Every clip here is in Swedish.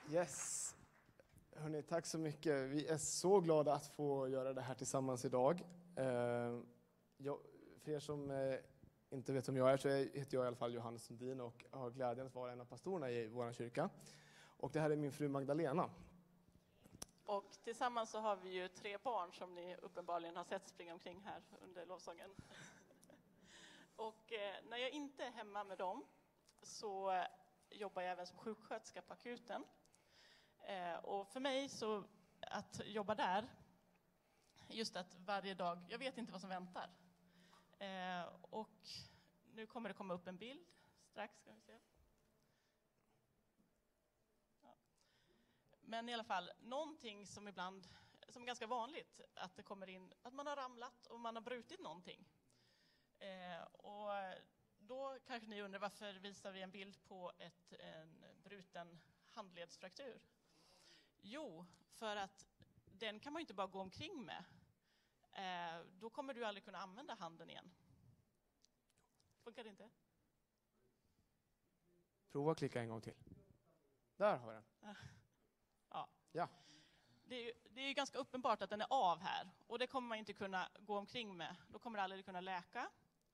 Yes. Hörrni, tack så mycket. Vi är så glada att få göra det här tillsammans idag. För er som inte vet vem jag är så heter jag i alla fall Johannes Sundin och har glädjen att vara en av pastorerna i vår kyrka. Och det här är min fru Magdalena. Och tillsammans så har vi ju 3 barn som ni uppenbarligen har sett springa omkring här under lovsången. Och när jag inte är hemma med dem så jobbar jag även som sjuksköterska på akuten. Och för mig så att jobba där, just att varje dag, jag vet inte vad som väntar. Och nu kommer det komma upp en bild strax, ska vi se. Ja. Men i alla fall, någonting som ibland, som är ganska vanligt, att det kommer in, att man har ramlat och man har brutit någonting. Och då kanske ni undrar varför visar vi en bild på en bruten handledsfraktur? Jo, för att den kan man ju inte bara gå omkring med. Då kommer du aldrig kunna använda handen igen. Funkar det inte? Prova att klicka en gång till. Där har vi den. Ja. Det är ju ganska uppenbart att den är av här. Och det kommer man inte kunna gå omkring med. Då kommer det aldrig kunna läka.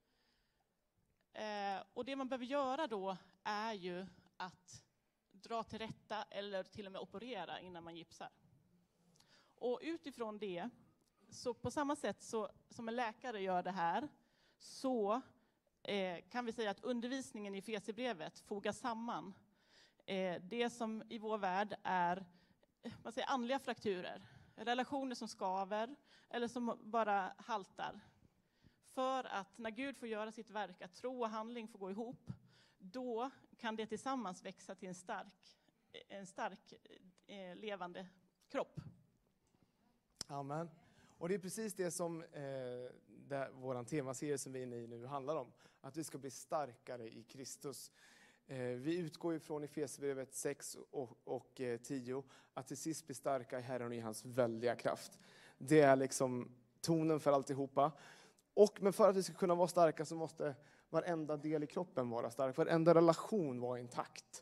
Och det man behöver göra då är ju att dra till rätta eller till och med operera innan man gipsar. Och utifrån det, så på samma sätt så, som en läkare gör det här, så kan vi säga att undervisningen i Efesierbrevet fogar samman det som i vår värld är andliga frakturer, relationer som skaver eller som bara haltar. För att när Gud får göra sitt verk, att tro och handling får gå ihop, då kan det tillsammans växa till en stark levande kropp. Amen. Och det är precis det som vår temaserie som vi är inne i nu handlar om. Att vi ska bli starkare i Kristus. Vi utgår ifrån Efesierbrevet 6 och 10. Att till sist bli starka i Herren och i hans väldiga kraft. Det är liksom tonen för alltihopa. Men för att vi ska kunna vara starka så måste varenda del i kroppen vara stark. Varenda relation vara intakt.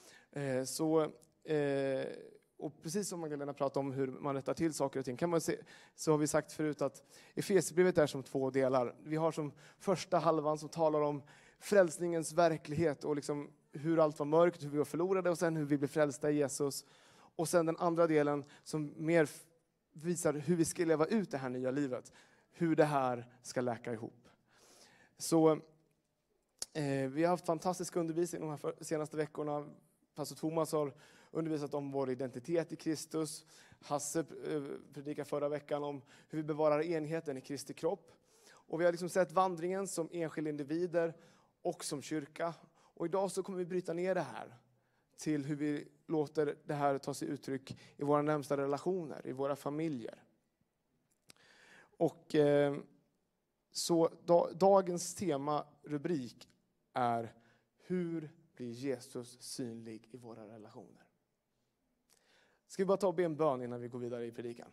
Och precis som Magdalena pratade om hur man rättar till saker och ting, kan man se, så har vi sagt förut att Efesierbrevet är som 2 delar. Vi har som första halvan som talar om frälsningens verklighet och liksom hur allt var mörkt, hur vi var förlorade och sen hur vi blev frälsta i Jesus. Och sen den andra delen som mer visar hur vi ska leva ut det här nya livet. Hur det här ska läka ihop. Så vi har haft fantastisk undervisning de här senaste veckorna. Pastor Thomas har undervisat om vår identitet i Kristus. Hasse predikade förra veckan om hur vi bevarar enheten i Kristi kropp. Och vi har liksom sett vandringen som enskilda individer och som kyrka. Och idag så kommer vi bryta ner det här till hur vi låter det här ta sig uttryck i våra närmsta relationer, i våra familjer. Och så dagens temarubrik är: hur blir Jesus synlig i våra relationer? Ska vi bara ta och be en bön innan vi går vidare i predikan?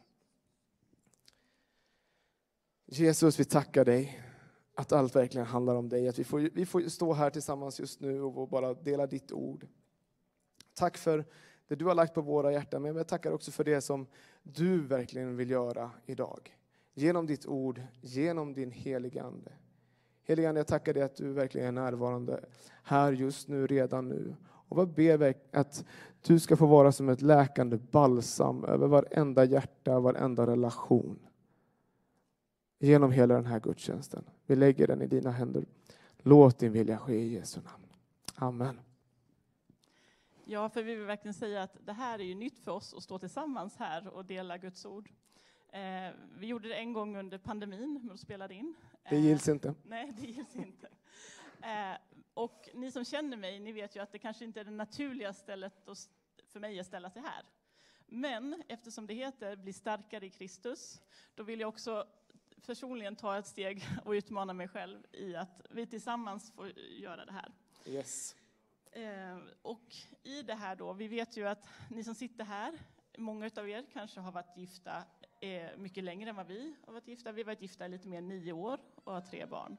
Jesus, vi tackar dig att allt verkligen handlar om dig. Att vi får stå här tillsammans just nu och bara dela ditt ord. Tack för det du har lagt på våra hjärtan. Men jag tackar också för det som du verkligen vill göra idag. Genom ditt ord, genom din heliga ande. Heliga ande, jag tackar dig att du verkligen är närvarande här just nu, redan nu. Och jag ber att du ska få vara som ett läkande balsam över varenda hjärta, varenda relation. Genom hela den här gudstjänsten. Vi lägger den i dina händer. Låt din vilja ske i Jesu namn. Amen. Ja, för vi vill verkligen säga att det här är ju nytt för oss att stå tillsammans här och dela Guds ord. Vi gjorde det en gång under pandemin, men då spelade in. Det gills inte. Nej, det gills inte. Och ni som känner mig, ni vet ju att det kanske inte är det naturliga stället för mig att ställa sig här. Men eftersom det heter bli starkare i Kristus, då vill jag också personligen ta ett steg och utmana mig själv i att vi tillsammans får göra det här. Yes. Och i det här då, vi vet ju att ni som sitter här, många av er kanske har varit gifta mycket längre än vad vi har varit gifta. Vi har varit gifta i lite mer än 9 år och har 3 barn.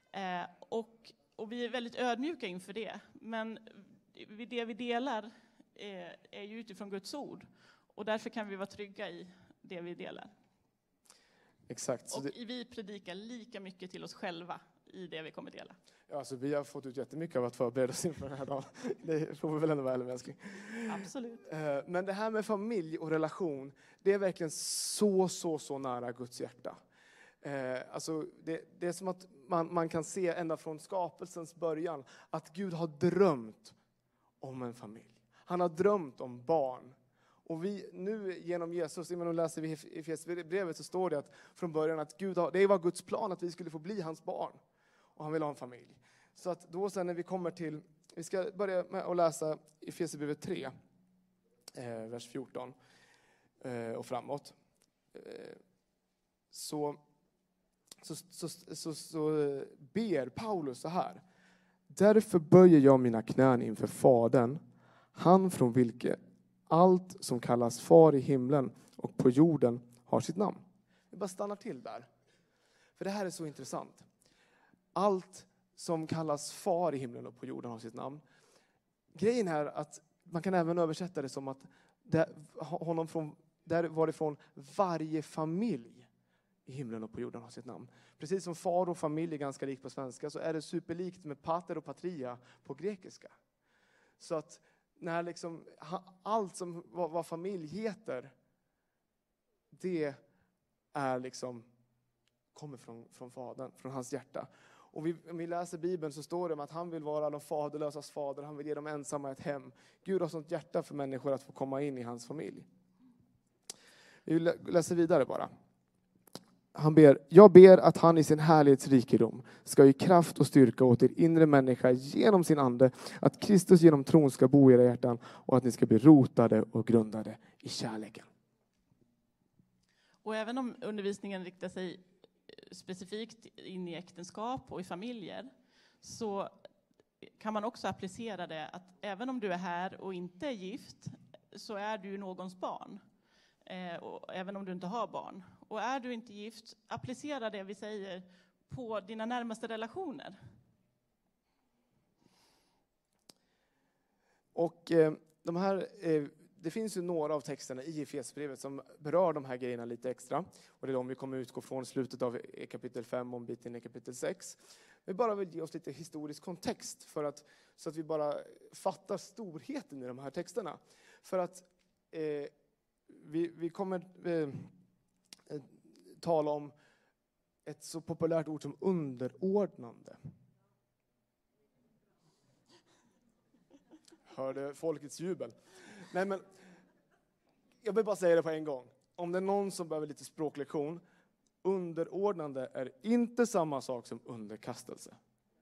Och vi är väldigt ödmjuka inför det. Men det vi delar är ju utifrån Guds ord. Och därför kan vi vara trygga i det vi delar. Exakt. Så och vi predikar lika mycket till oss själva i det vi kommer dela. Ja, alltså, vi har fått ut jättemycket av att förbereda oss inför den här dagen. Det får vi väl ändå vara ärliga med, älskling. Absolut. Men det här med familj och relation, det är verkligen så nära Guds hjärta. Alltså, det är som att man kan se ända från skapelsens början att Gud har drömt om en familj. Han har drömt om barn. Och vi nu genom Jesus, när man läser vi i Efesierbrevet, så står det att från början att det var Guds plan att vi skulle få bli hans barn. Och han vill ha en familj. Så att då sen när vi kommer till, vi ska börja med att läsa Efesierbrevet 3, vers 14 och framåt. Så ber Paulus så här: därför böjer jag mina knän inför Fadern, han från vilket allt som kallas far i himlen och på jorden har sitt namn. Vi bara stannar till där. För det här är så intressant. Allt som kallas far i himlen och på jorden har sitt namn. Grejen är att man kan även översätta det som att där varifrån varje familj i himlen och på jorden har sitt namn. Precis som far och familj är ganska likt på svenska, så är det superlikt med pater och patria på grekiska. Så att när liksom allt som vad familj heter, det är liksom kommer från Fadern, från hans hjärta. Och om vi läser Bibeln så står det om att han vill vara de faderlösas fader, han vill ge dem ensamma ett hem. Gud har sånt hjärta för människor att få komma in i hans familj. Vi läser vidare bara. Jag ber att han i sin härlighetsrikedom ska ge kraft och styrka åt er inre människa genom sin ande, att Kristus genom tron ska bo i era hjärtan och att ni ska bli rotade och grundade i kärleken. Och även om undervisningen riktar sig specifikt in i äktenskap och i familjer, så kan man också applicera det att även om du är här och inte är gift, så är du någons barn. Och även om du inte har barn. Och är du inte gift, applicera det vi säger på dina närmaste relationer. Och det finns ju några av texterna i Efesierbrevet som berör de här grejerna lite extra. Och det är de vi kommer utgå från slutet av kapitel 5 och en bit in i kapitel 6. Vi bara vill ge oss lite historisk kontext så att vi bara fattar storheten i de här texterna. För att vi kommer tala om ett så populärt ord som underordnande. Hörde folkets jubel. Nej, men jag vill bara säga det på en gång. Om det är någon som behöver lite språklektion, underordnande är inte samma sak som underkastelse.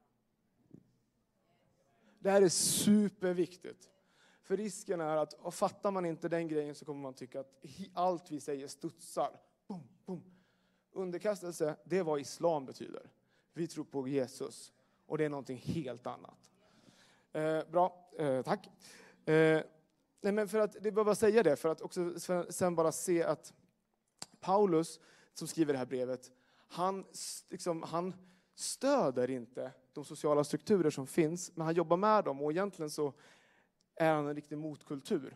Det här är superviktigt. För risken är att fattar man inte den grejen så kommer man tycka att allt vi säger studsar. Boom, boom. Underkastelse, det är vad islam betyder. Vi tror på Jesus och det är någonting helt annat. Bra, tack. Nej, men för att det behöver bara säga det, för att också sen bara se att Paulus som skriver det här brevet, han stöder inte de sociala strukturer som finns, men han jobbar med dem och egentligen så är han en riktig motkultur.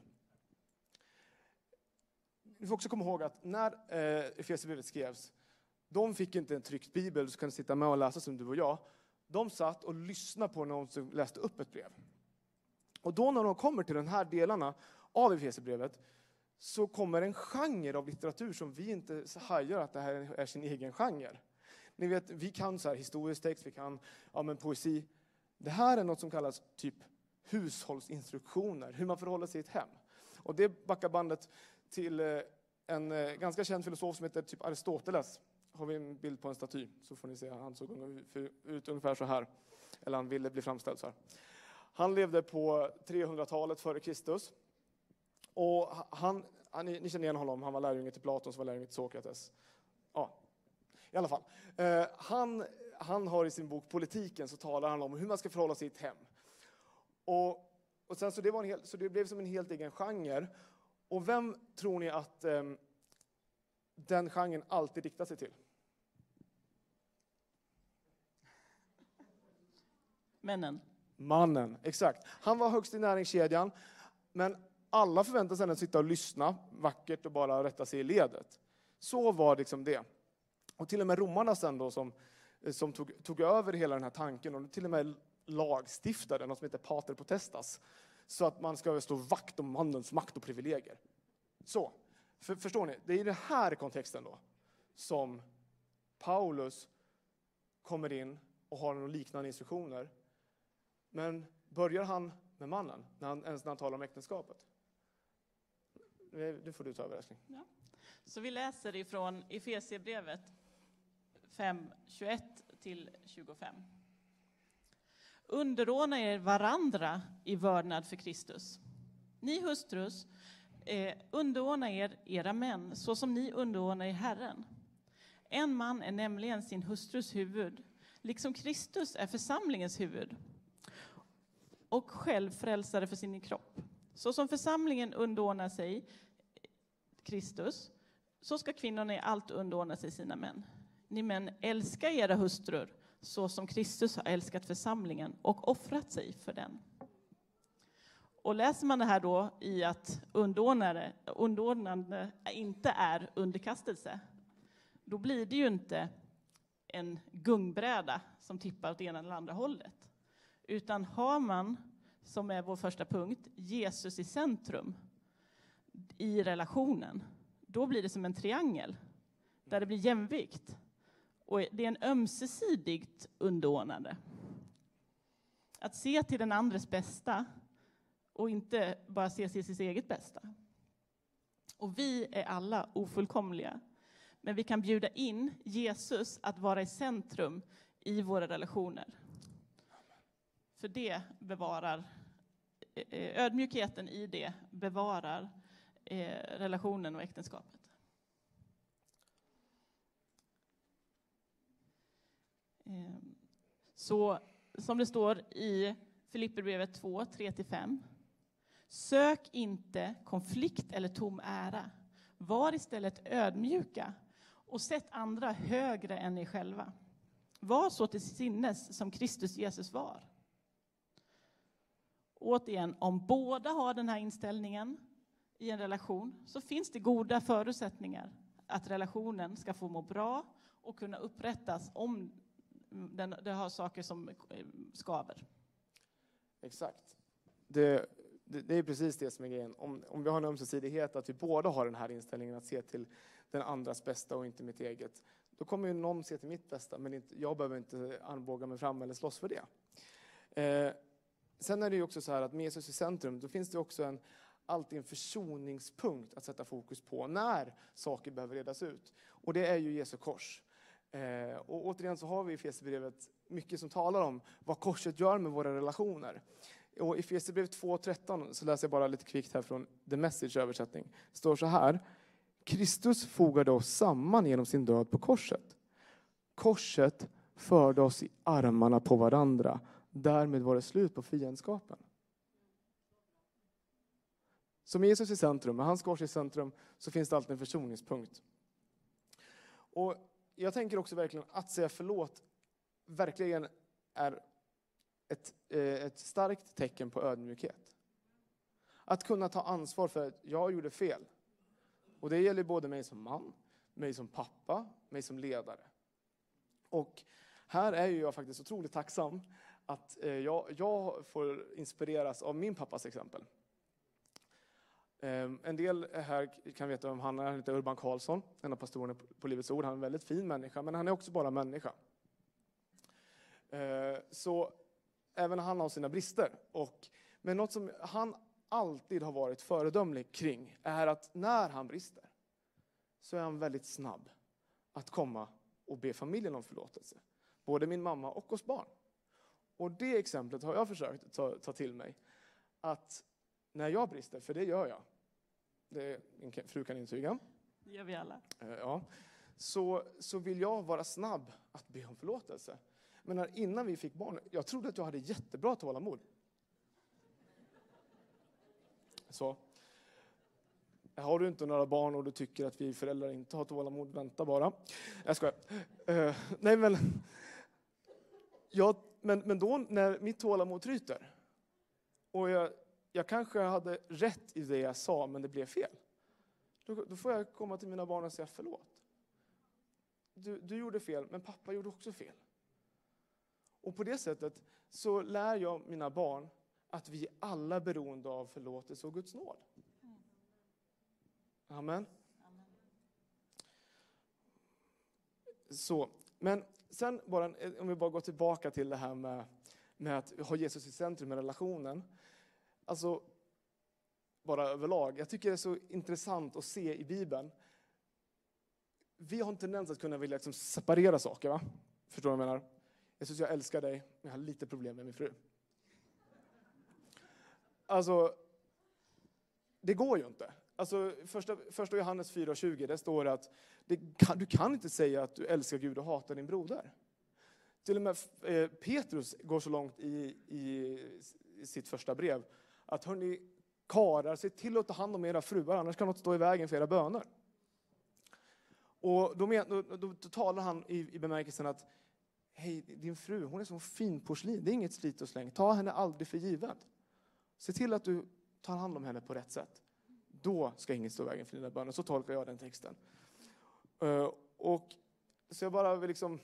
Vi får också komma ihåg att när Efesierbrevet skrevs, de fick inte en tryckt bibel så kan sitta med och läsa som du och jag. De satt och lyssnade på någon som läste upp ett brev. Och då när de kommer till de här delarna av Efesierbrevet så kommer en genre av litteratur som vi inte hajar att det här är sin egen genre. Ni vet, vi kan så här historisk text, vi kan poesi. Det här är något som kallas typ hushållsinstruktioner, hur man förhåller sig i ett hem. Och det backar bandet till en ganska känd filosof som heter typ Aristoteles. Har vi en bild på en staty så får ni se, han såg ut ungefär så här. Eller han ville bli framställd så här. Han levde på 300-talet före Kristus. Och ni känner igen honom, han var lärjunge till Platon som var lärjunge till Sokrates. Ja, i alla fall. Han har i sin bok Politiken så talar han om hur man ska förhålla sig i ett hem. Och sen så det blev som en helt egen genre. Och vem tror ni att den genren alltid riktar sig till? Männen. Mannen, exakt. Han var högst i näringskedjan. Men alla förväntar sig att sitta och lyssna vackert och bara rätta sig i ledet. Så var liksom det. Och till och med romarna sen då som tog över hela den här tanken och till och med lagstiftade något som heter pater potestas. Så att man ska stå vakt om mannens makt och privilegier. Så, förstår ni? Det är i den här kontexten då som Paulus kommer in och har några liknande instruktioner. Men börjar han med mannen när han talar om äktenskapet? Det får du ta över, älskling. Ja. Så vi läser ifrån Efesierbrevet 5:21-25. Underordna er varandra i vördnad för Kristus. Ni hustrus, underordna er era män så som ni underordnar er Herren. En man är nämligen sin hustrus huvud, liksom Kristus är församlingens huvud och själv frälsare för sin kropp. Så som församlingen underordnar sig Kristus, så ska kvinnorna i allt underordna sig sina män. Ni män, älskar era hustrur så som Kristus har älskat församlingen och offrat sig för den. Och läser man det här då i att underordnande inte är underkastelse, då blir det ju inte en gungbräda som tippar åt ena eller andra hållet. Utan har man, som är vår första punkt, Jesus i centrum i relationen, då blir det som en triangel där det blir jämvikt. Och det är en ömsesidigt underordnande. Att se till den andres bästa och inte bara se till sitt eget bästa. Och vi är alla ofullkomliga. Men vi kan bjuda in Jesus att vara i centrum i våra relationer. För det bevarar, ödmjukheten i det bevarar relationen och äktenskapet. Så som det står i Filipperbrevet 2, 3-5. Sök inte konflikt eller tom ära. Var istället ödmjuka och sätt andra högre än er själva. Var så till sinnes som Kristus Jesus var. Återigen, om båda har den här inställningen i en relation så finns det goda förutsättningar att relationen ska få må bra och kunna upprättas om det har saker som skaver. Exakt. Det är precis det som är grejen. Om vi har en ömsesidighet, att vi båda har den här inställningen att se till den andras bästa och inte mitt eget, då kommer ju någon se till mitt bästa, men jag behöver inte armbåga mig fram eller slåss för det. Sen är det ju också så här att med Jesus i centrum, då finns det också alltid en försoningspunkt att sätta fokus på när saker behöver redas ut. Och det är ju Jesu kors. Och återigen så har vi i Efesierbrevet mycket som talar om vad korset gör med våra relationer. Och i Efesierbrevet 2:13 så läser jag bara lite kvickt här från The Message översättning. Det står så här: Kristus fogade oss samman genom sin död på korset. Korset förde oss i armarna på varandra. Därmed var det slut på fiendskapen. Så med Jesus i centrum, med hans kors i centrum, så finns det alltid en försoningspunkt. Och jag tänker också verkligen att säga förlåt verkligen är ett starkt tecken på ödmjukhet. Att kunna ta ansvar för att jag gjorde fel. Och det gäller både mig som man, mig som pappa, mig som ledare. Och här är ju jag faktiskt otroligt tacksam att jag får inspireras av min pappas exempel. En del här kan veta om han heter Urban Karlsson, en av pastorerna på Livets Ord. Han är en väldigt fin människa, men han är också bara människa. Så även han har sina brister. Men något som han alltid har varit föredömlig kring är att när han brister så är han väldigt snabb att komma och be familjen om förlåtelse. Både min mamma och oss barn. Och det exemplet har jag försökt ta till mig. Att när jag brister, för det gör jag. Det min fru kan intyga. Det gör vi alla. Ja. Så vill jag vara snabb att be om förlåtelse. Men innan vi fick barn, jag trodde att jag hade jättebra tålamod. Så. Har du inte några barn och du tycker att vi föräldrar inte har tålamod, vänta bara. Jag skojar. Nej, men då när mitt tålamod tryter och jag jag kanske hade rätt i det jag sa, men det blev fel. Då får jag komma till mina barn och säga förlåt. Du gjorde fel, men pappa gjorde också fel. Och på det sättet så lär jag mina barn att vi är alla beroende av förlåtelse och Guds nåd. Amen. Så, men sen bara, om vi bara går tillbaka till det här med att ha Jesus i centrum i relationen. Alltså, bara överlag. Jag tycker det är så intressant att se i Bibeln. Vi har en tendens att kunna vilja liksom separera saker, va? Förstår du vad jag menar? Jesus, jag älskar dig, men jag har lite problem med min fru. Alltså, det går ju inte. Alltså, första Johannes 4:20, där står det att du kan inte säga att du älskar Gud och hatar din broder. Till och med Petrus går så långt i sitt första brev att hörni, karlar, se till att ta hand om era fruar, annars kan något stå i vägen för era böner. Och då talar han i bemärkelsen att hej, din fru, hon är som fin porslin, det är inget slit och släng. Ta henne aldrig för givet. Se till att du tar hand om henne på rätt sätt. Då ska inget stå i vägen för dina böner. Så tolkar jag den texten. Och så jag bara vill liksom...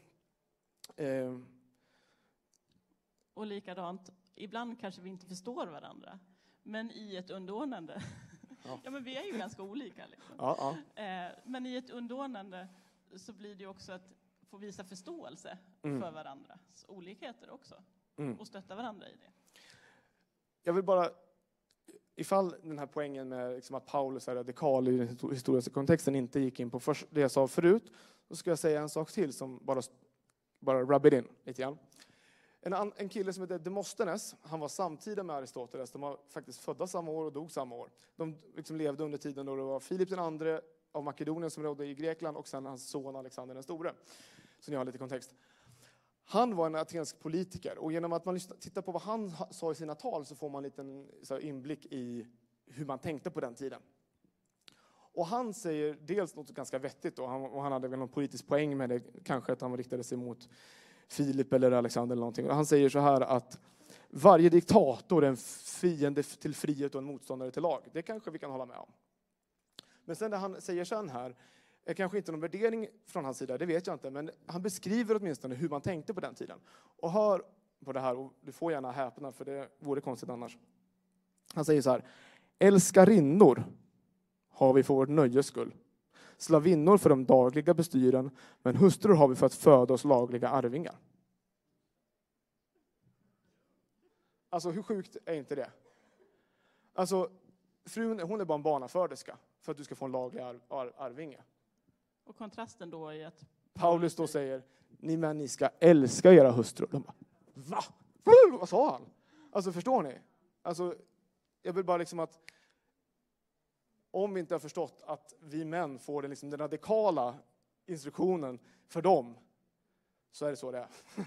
Och likadant, ibland kanske vi inte förstår varandra. Men i ett underordnande... Ja, men vi är ju ganska olika. Liksom. Ja. Men i ett underordnande så blir det också att få visa förståelse för varandras olikheter också. Och stötta varandra i det. Jag vill bara, ifall den här poängen med liksom att Paulus är radikal i den historiska kontexten inte gick in på det jag sa förut, så ska jag säga en sak till som bara rub it in lite grann. En kille som heter Demosthenes, han var samtida med Aristoteles. De var faktiskt födda samma år och dog samma år. De liksom levde under tiden då det var Filip den andre av Makedonien som rådde i Grekland och sen hans son Alexander den store. Så ni har lite kontext. Han var en atensk politiker och genom att man tittar på vad han sa i sina tal så får man en liten inblick i hur man tänkte på den tiden. Och han säger dels något ganska vettigt då, och han hade väl någon politisk poäng med det, kanske att han riktade sig mot Filip eller Alexander eller någonting. Och han säger så här att varje diktator är en fiende till frihet och en motståndare till lag. Det kanske vi kan hålla med om. Men sen det han säger sen här är kanske inte någon värdering från hans sida, det vet jag inte. Men han beskriver åtminstone hur man tänkte på den tiden. Och hör på det här, och du får gärna häpna för det vore konstigt annars. Han säger så här: älskarinnor har vi för vårt nöjes skull. Slavinnor för de dagliga bestyren, men hustrur har vi för att föda oss lagliga arvingar. Alltså hur sjukt är inte det? Alltså frun, hon är bara en barnaföderska för att du ska få en laglig arvinge. Och kontrasten då är att Paulus då säger, ni ska älska era hustrur. De bara, va? Vad sa han? Alltså förstår ni? Alltså jag vill bara liksom att om vi inte har förstått att vi män får den radikala instruktionen för dem, så är det så det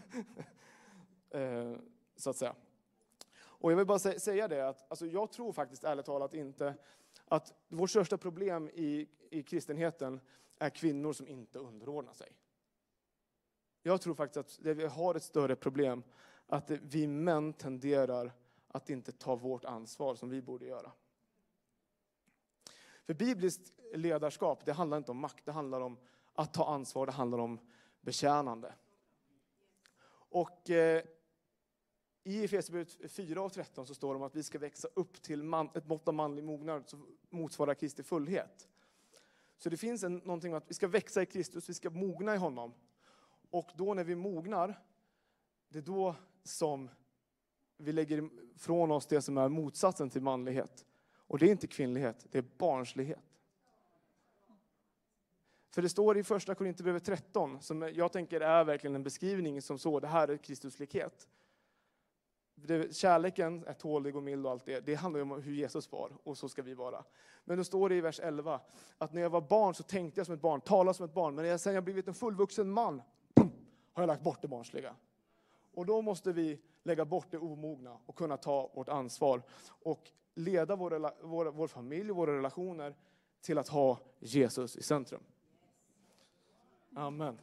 är. Så att säga. Och jag vill bara säga det att alltså, jag tror faktiskt ärligt talat inte att vårt största problem i kristenheten är kvinnor som inte underordnar sig. Jag tror faktiskt att vi har ett större problem, att vi män tenderar att inte ta vårt ansvar som vi borde göra. För bibliskt ledarskap, det handlar inte om makt, det handlar om att ta ansvar, det handlar om betjänande. Och i Efesierbrevet 4:13 så står det om att vi ska växa upp till ett mått av manlig mognad som motsvarar Kristi fullhet. Så det finns någonting om att vi ska växa i Kristus, vi ska mogna i honom. Och då när vi mognar, det är då som vi lägger från oss det som är motsatsen till manlighet. Och det är inte kvinnlighet, det är barnslighet. För det står i första Korinthierbrevet 13, som jag tänker är verkligen en beskrivning som så, det här är Kristuslikhet. Kärleken är tålig och mild och allt det. Det handlar ju om hur Jesus var, och så ska vi vara. Men då står det i vers 11, att när jag var barn så tänkte jag som ett barn, talade som ett barn. Men när jag blivit en fullvuxen man, har jag lagt bort det barnsliga. Och då måste vi lägga bort det omogna och kunna ta vårt ansvar. Och leda vår familj och våra relationer till att ha Jesus i centrum. Amen.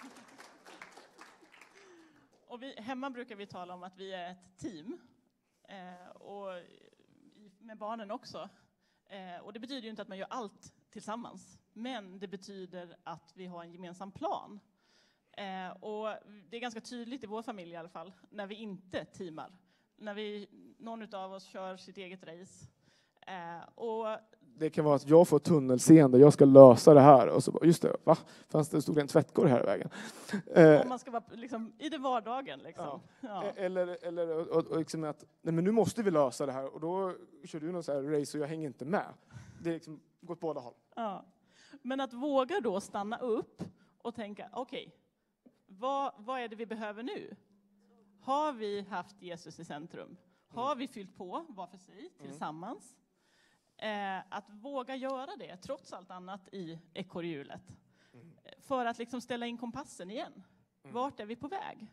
Och hemma brukar vi tala om att vi är ett team. och med barnen också. Och det betyder ju inte att man gör allt tillsammans, men det betyder att vi har en gemensam plan. Och det är ganska tydligt i vår familj i alla fall, när vi inte teamar. När någon av oss kör sitt eget race. Och det kan vara att jag får tunnelseende, jag ska lösa det här. Och så bara, just det, va? Fanns det stod en tvättkorg här i vägen? Om man ska vara liksom, i det vardagen. Liksom. Ja. Eller liksom att, nej men nu måste vi lösa det här. Och då kör du någon så här race och jag hänger inte med. Det är liksom gått båda håll. Ja. Men att våga då stanna upp och tänka, okej, vad är det vi behöver nu? Har vi haft Jesus i centrum? Har vi fyllt på var för sig tillsammans? Att våga göra det trots allt annat i ekorrhjulet. För att liksom ställa in kompassen igen. Vart är vi på väg?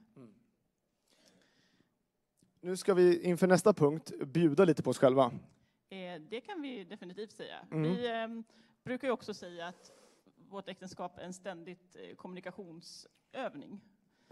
Nu ska vi inför nästa punkt bjuda lite på oss själva. Det kan vi definitivt säga. Vi brukar ju också säga att vårt äktenskap är en ständigt kommunikationsövning.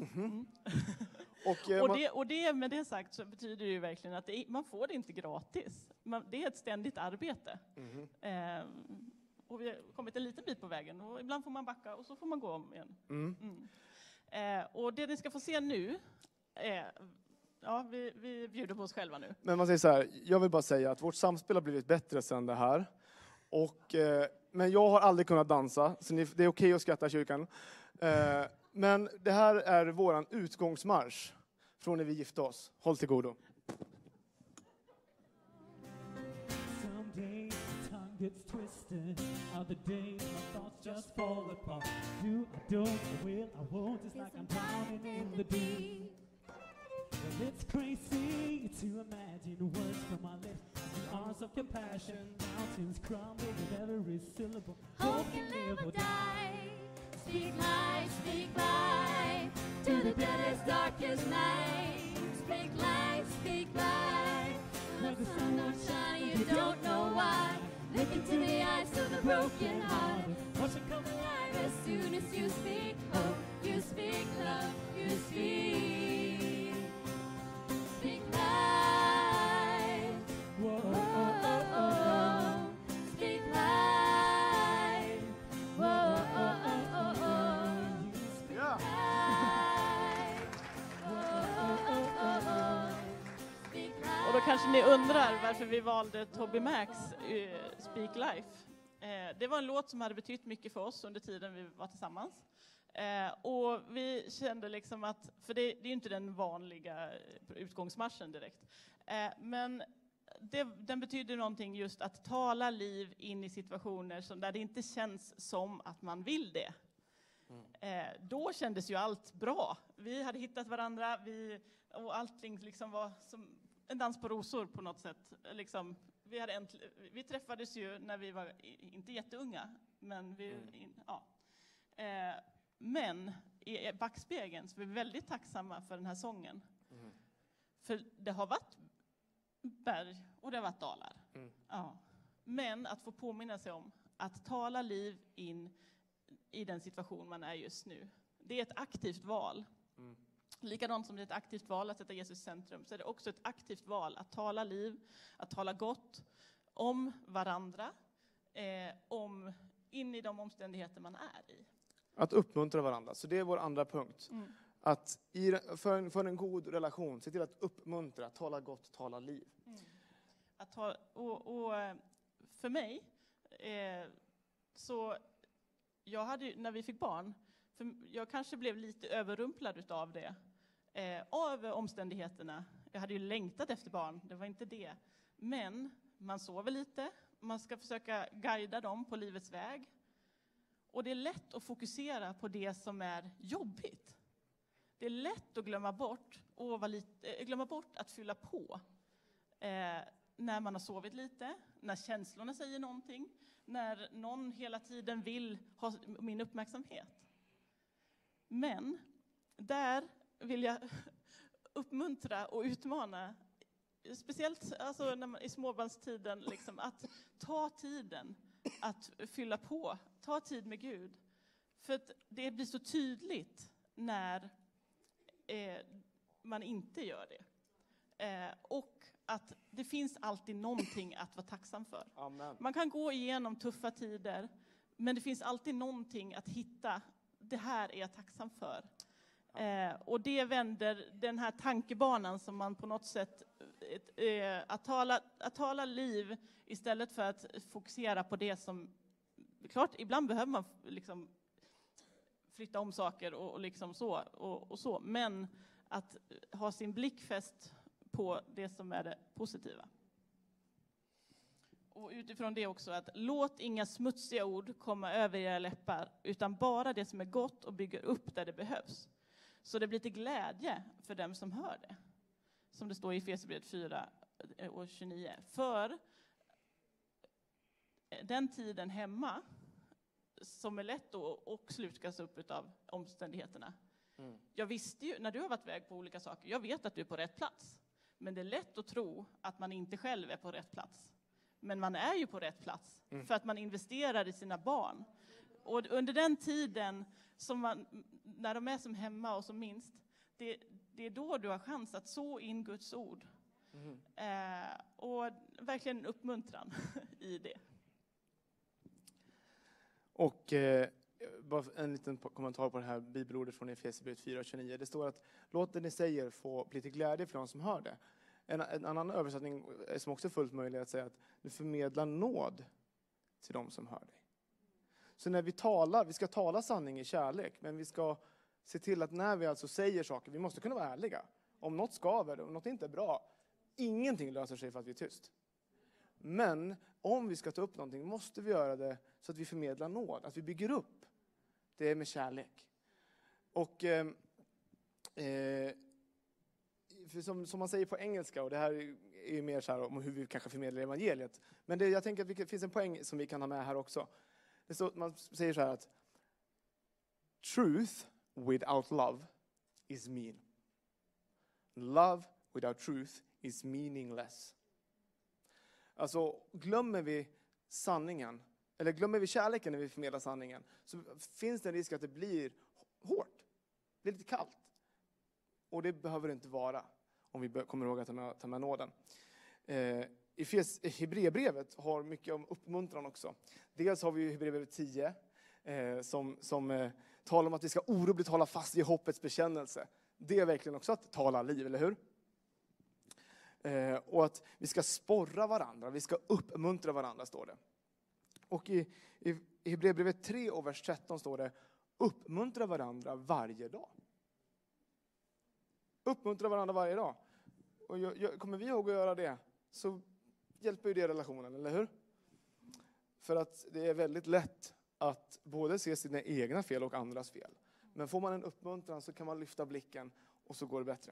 Och det med det sagt så betyder det ju verkligen att man får det inte gratis. Det är ett ständigt arbete. Och vi har kommit en liten bit på vägen. Och ibland får man backa och så får man gå om igen. Och det ni ska få se nu är... Ja, vi bjuder på oss själva nu. Men man säger så här, jag vill bara säga att vårt samspel har blivit bättre sedan det här. Men jag har aldrig kunnat dansa, så det är okej att skratta i kyrkan. Men det här är våran utgångsmarsch från när vi gifte oss. Håll till godo. Gets twisted, other days my thoughts just fall apart. Do, I don't, I will, I won't, it's like I'm drowning in the deep. Well, it's crazy to imagine words from my lips. The arms of compassion, mountains crumble with every syllable. Hope can live or die. Speak life to the deadest, darkest night. Speak life, when the sun don't shine, you don't know why. Look into the eyes of the broken heart. Watch it come alive as soon as you speak hope, you speak love, you speak. Speak life. Whoa, oh, oh, oh. Speak life. Whoa, oh, oh, oh, oh. Speak life. Whoa, oh, oh, oh, oh. Speak life. Och då kanske ni undrar varför vi valde Toby Macs Speak Life. Det var en låt som hade betytt mycket för oss under tiden vi var tillsammans. Och vi kände liksom att, för det är ju inte den vanliga utgångsmarschen direkt. Men den betyder någonting just att tala liv in i situationer där det inte känns som att man vill det. Då kändes ju allt bra. Vi hade hittat varandra och allting liksom var som en dans på rosor på något sätt. Liksom, vi träffades ju när vi var inte jätteunga, men men i backspegeln så är vi väldigt tacksamma för den här sången. För det har varit berg och det har varit dalar. Ja. Men att få påminna sig om att tala liv in i den situation man är just nu. Det är ett aktivt val. Likadant som det är ett aktivt val att sätta Jesus i centrum, så är det också ett aktivt val att tala liv, att tala gott om varandra, in i de omständigheter man är i. Att uppmuntra varandra, så det är vår andra punkt. Att för en god relation, se till att uppmuntra, tala gott, tala liv. Och för mig, så jag hade när vi fick barn, för jag kanske blev lite överrumplad utav det. Av omständigheterna. Jag hade ju längtat efter barn, det var inte det. Men man sover lite, man ska försöka guida dem på livets väg. Och det är lätt att fokusera på det som är jobbigt. Det är lätt att glömma bort att fylla på. När man har sovit lite, när känslorna säger någonting, när någon hela tiden vill ha min uppmärksamhet. Men där vill jag uppmuntra och utmana, speciellt alltså i småbarnstiden, liksom, att ta tiden att fylla på, ta tid med Gud. För att det blir så tydligt när man inte gör det. Och att det finns alltid någonting att vara tacksam för. Amen. Man kan gå igenom tuffa tider, men det finns alltid någonting att hitta. Det här är jag tacksam för. Och det vänder den här tankebanan som man på något sätt, att tala liv istället för att fokusera på det som, klart ibland behöver man liksom flytta om saker och liksom så, men att ha sin blick fäst på det som är det positiva. Och utifrån det också att låt inga smutsiga ord komma över era läppar, utan bara det som är gott och bygger upp där det behövs. Så det blir till glädje för dem som hör det. Som det står i Efesierbrevet 4 och 29. För den tiden hemma som är lätt och slukas upp av omständigheterna. Jag visste ju, när du har varit iväg på olika saker, jag vet att du är på rätt plats. Men det är lätt att tro att man inte själv är på rätt plats. Men man är ju på rätt plats för att man investerar i sina barn. Och under den tiden som när de är som hemma och som minst, det är då du har chans att så in Guds ord. Och verkligen uppmuntran i det. Och bara en liten kommentar på det här bibelordet från Efesierbrevet 4:29. Det står att låt det ni säger få bli till glädje för de som hör det. En annan översättning som också är fullt möjlig att säga att du förmedlar nåd till de som hör dig. Så när vi ska tala sanning i kärlek, men vi ska se till att när vi alltså säger saker, vi måste kunna vara ärliga. Om något skaver, om något inte är bra, ingenting löser sig för att vi är tyst. Men om vi ska ta upp någonting måste vi göra det så att vi förmedlar nåd, att vi bygger upp det med kärlek. Och för som man säger på engelska, och det här är ju mer så här om hur vi kanske förmedlar evangeliet. Men jag tänker att det finns en poäng som vi kan ha med här också. Det står, man säger så här att truth without love is mean. Love without truth is meaningless. Alltså glömmer vi sanningen, eller glömmer vi kärleken när vi förmedlar sanningen, så finns det en risk att det blir hårt. Det blir lite kallt. Och det behöver det inte vara om vi kommer ihåg att ta med nåden. Hebreerbrevet har mycket om uppmuntran också. Dels har vi ju Hebreerbrevet 10 som talar om att vi ska orubbligt hålla fast vid hoppets bekännelse. Det är verkligen också att tala liv, eller hur? Och att vi ska sporra varandra, vi ska uppmuntra varandra, står det. Och i Hebreerbrevet 3 och vers 13 står det: uppmuntra varandra varje dag. Uppmuntra varandra varje dag. Och kommer vi ihåg att göra det, så hjälper ju det relationen, eller hur? För att det är väldigt lätt att både se sina egna fel och andras fel. Men får man en uppmuntran så kan man lyfta blicken och så går det bättre.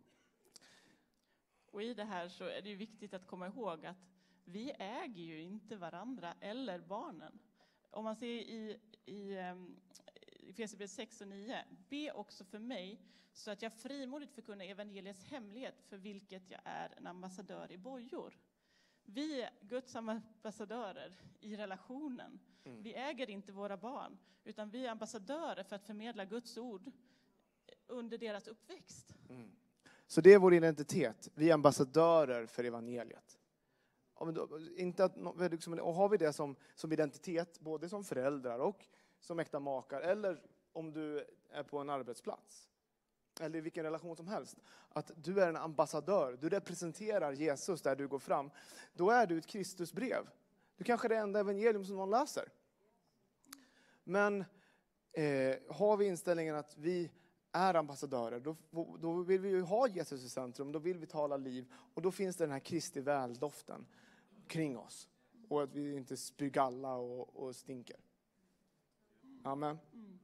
Och i det här så är det ju viktigt att komma ihåg att vi äger ju inte varandra eller barnen. Om man ser i Efesierbrevet 6 och 9. Be också för mig så att jag frimodigt förkunnar evangeliets hemlighet, för vilket jag är en ambassadör i bojor. Vi är Guds ambassadörer i relationen. Vi äger inte våra barn, utan vi är ambassadörer för att förmedla Guds ord under deras uppväxt. Så det är vår identitet. Vi är ambassadörer för evangeliet. Och har vi det som identitet, både som föräldrar och som äkta makar, eller om du är på en arbetsplats, eller i vilken relation som helst, att du är en ambassadör, du representerar Jesus där du går fram, då är du ett Kristusbrev. Du kanske är det enda evangelium som någon läser. Men har vi inställningen att vi är ambassadörer, då vill vi ju ha Jesus i centrum, då vill vi tala liv, och då finns det den här Kristi väldoften kring oss, och att vi inte spyr galla och stinker. Amen.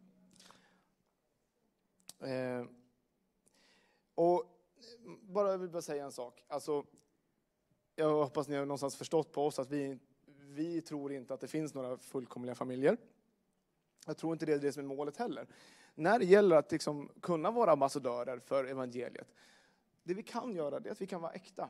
Och jag vill bara säga en sak. Alltså, jag hoppas ni har någonstans förstått på oss att vi tror inte att det finns några fullkomliga familjer. Jag tror inte det är det som är målet heller. När det gäller att liksom kunna vara ambassadörer för evangeliet, det vi kan göra, det är att vi kan vara äkta.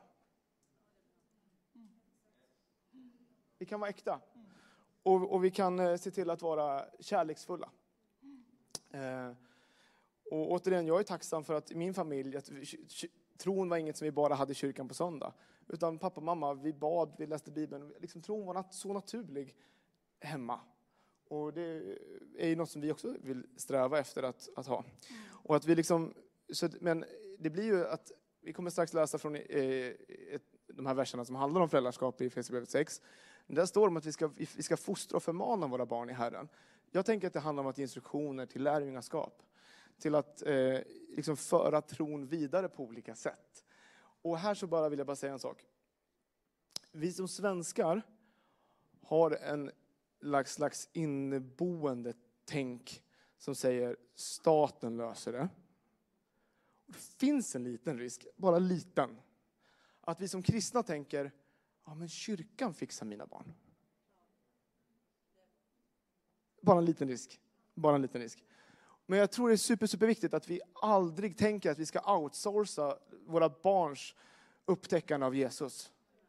Vi kan vara äkta. Och vi kan se till att vara kärleksfulla. Och återigen, jag är tacksam för att i min familj, tron var inget som vi bara hade i kyrkan på söndag. Utan pappa och mamma, vi bad, vi läste Bibeln. Liksom, tron var så naturlig hemma. Och det är ju något som vi också vill sträva efter att ha. Och att vi liksom, men det blir ju att, vi kommer strax läsa från de här verserna som handlar om föräldraskap i Efesierbrevet 6. Där står det om att vi ska fostra och förmana våra barn i Herren. Jag tänker att det handlar om att ge instruktioner till lärjungaskap. Till att liksom föra tron vidare på olika sätt. Och här så vill jag bara säga en sak. Vi som svenskar har en slags inneboende tänk som säger staten löser det. Och det finns en liten risk, bara liten, att vi som kristna tänker, ja men kyrkan fixar mina barn. Bara en liten risk. Men jag tror det är superviktigt att vi aldrig tänker att vi ska outsourca våra barns upptäckande av Jesus.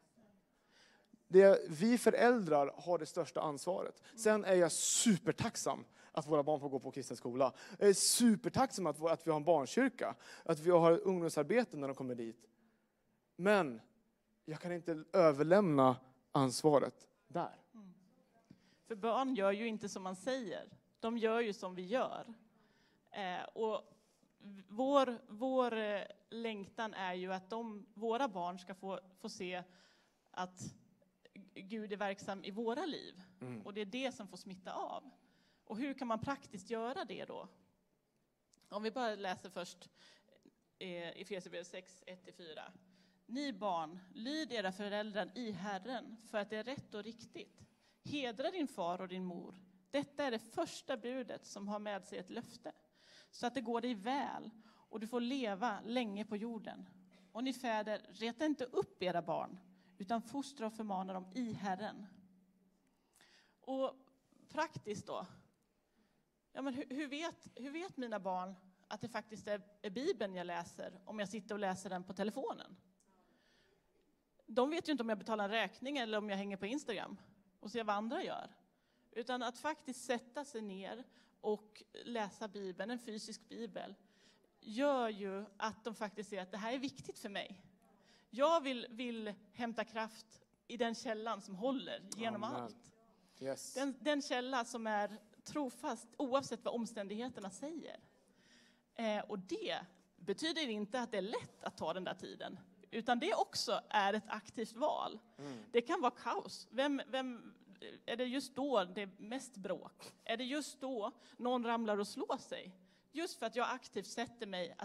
Vi föräldrar har det största ansvaret. Sen är jag supertacksam att våra barn får gå på kristen skola. Jag är supertacksam att vi har en barnkyrka. Att vi har ungdomsarbete när de kommer dit. Men jag kan inte överlämna ansvaret där. För barn gör ju inte som man säger. De gör ju som vi gör. Och vår längtan är ju att våra barn ska få se att Gud är verksam i våra liv. Och det är det som får smitta av. Och hur kan man praktiskt göra det då? Om vi bara läser först Efesierbrevet 6, 1-4. Ni barn, lyd era föräldrar i Herren för att det är rätt och riktigt. Hedra din far och din mor. Detta är det första budet som har med sig ett löfte. Så att det går dig väl och du får leva länge på jorden. Och ni fäder, reta inte upp era barn utan fostra och förmana dem i Herren. Och praktiskt då. Ja, men hur vet mina barn att det faktiskt är Bibeln jag läser om jag sitter och läser den på telefonen? De vet ju inte om jag betalar en räkning eller om jag hänger på Instagram och ser vad andra gör. Utan att faktiskt sätta sig ner och läsa Bibeln, en fysisk bibel, gör ju att de faktiskt ser att det här är viktigt för mig. Jag vill hämta kraft i den källan som håller genom allt. Yes. Den källa som är trofast oavsett vad omständigheterna säger. Och det betyder inte att det är lätt att ta den där tiden. Utan det också är ett aktivt val. Det kan vara kaos. Vem är det just då det är mest bråk? Är det just då någon ramlar och slår sig? Just för att jag aktivt sätter mig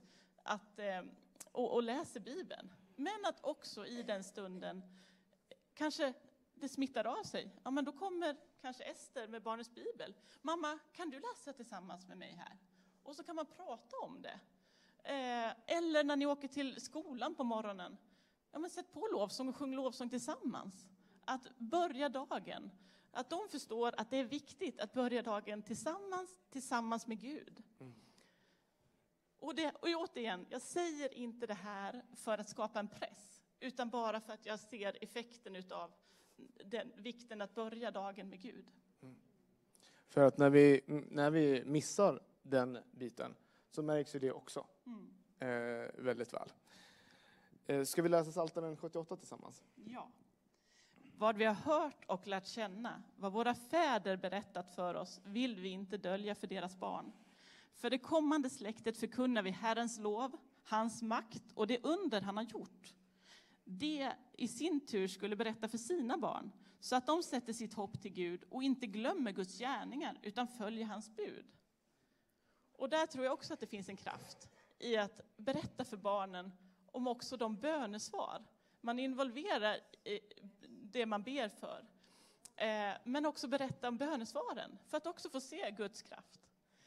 och läser Bibeln. Men att också i den stunden kanske det smittar av sig. Ja, men då kommer kanske Ester med barnets bibel. Mamma, kan du läsa tillsammans med mig här? Och så kan man prata om det. Eller när ni åker till skolan på morgonen. Ja, men sätt på lovsång och sjung lovsång tillsammans. Att börja dagen. Att de förstår att det är viktigt att börja dagen tillsammans med Gud. Och återigen, jag säger inte det här för att skapa en press. Utan bara för att jag ser effekten utav den vikten att börja dagen med Gud. För att när vi missar den biten så märks ju det också väldigt väl. Ska vi läsa Psaltaren 78 tillsammans? Ja. Vad vi har hört och lärt känna, vad våra fäder berättat för oss, vill vi inte dölja för deras barn. För det kommande släktet förkunnar vi Herrens lov, hans makt och det under han har gjort. Det i sin tur skulle berätta för sina barn, så att de sätter sitt hopp till Gud och inte glömmer Guds gärningar utan följer hans bud. Och där tror jag också att det finns en kraft i att berätta för barnen om också de bönesvar. Man involverar det man ber för. Men också berätta om bönesvaren för att också få se Guds kraft.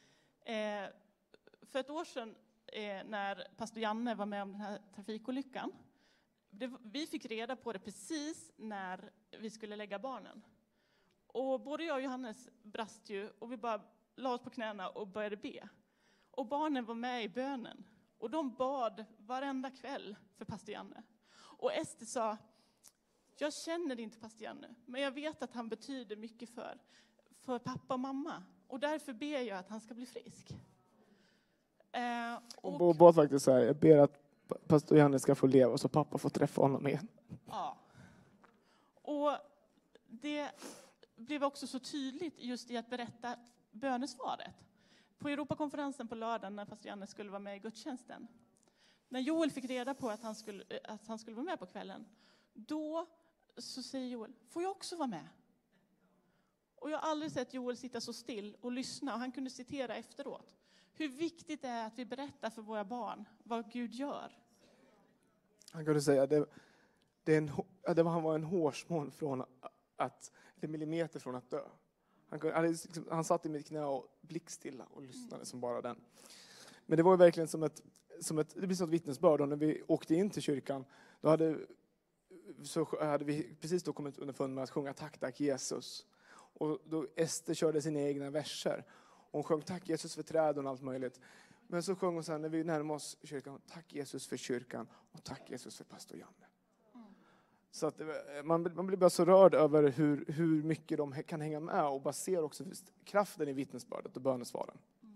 För ett år sedan när pastor Janne var med om den här trafikolyckan. Vi fick reda på det precis när vi skulle lägga barnen. Och både jag och Johannes brast ju och vi bara la oss på knäna och började be. Och barnen var med i bönen. Och de bad varenda kväll för pastor Janne. Och Ester sa, jag känner inte pastor Janne, men jag vet att han betyder mycket för pappa och mamma. Och därför ber jag att han ska bli frisk. Och bad faktiskt så här, jag ber att pastor Janne ska få leva så pappa får träffa honom igen. Ja. Och det blev också så tydligt just i att berätta bönesvaret. På Europakonferensen på lördagen när pastor Janne skulle vara med i gudstjänsten. När Joel fick reda på att han skulle vara med på kvällen. Då så säger Joel, får jag också vara med? Och jag har aldrig sett Joel sitta så still och lyssna. Och han kunde citera efteråt. Hur viktigt det är att vi berättar för våra barn vad Gud gör. Han kunde säga att han var en hårsmån från en millimeter från att dö. Han satt i mitt knä och blickstilla och lyssnade som bara den. Men det var ju verkligen som ett det blir som ett vittnesbörd. Och när vi åkte in till kyrkan, då hade vi precis då kommit underfund med att sjunga tack Jesus. Och då Ester körde sina egna verser. Hon sjöng tack Jesus för träden och allt möjligt. Men så sjöng hon sen när vi närmade oss kyrkan, tack Jesus för kyrkan och tack Jesus för pastor Janne. Så att man blir bara så rörd över hur mycket de kan hänga med och bara ser också kraften i vittnesbördet och bönesvaren.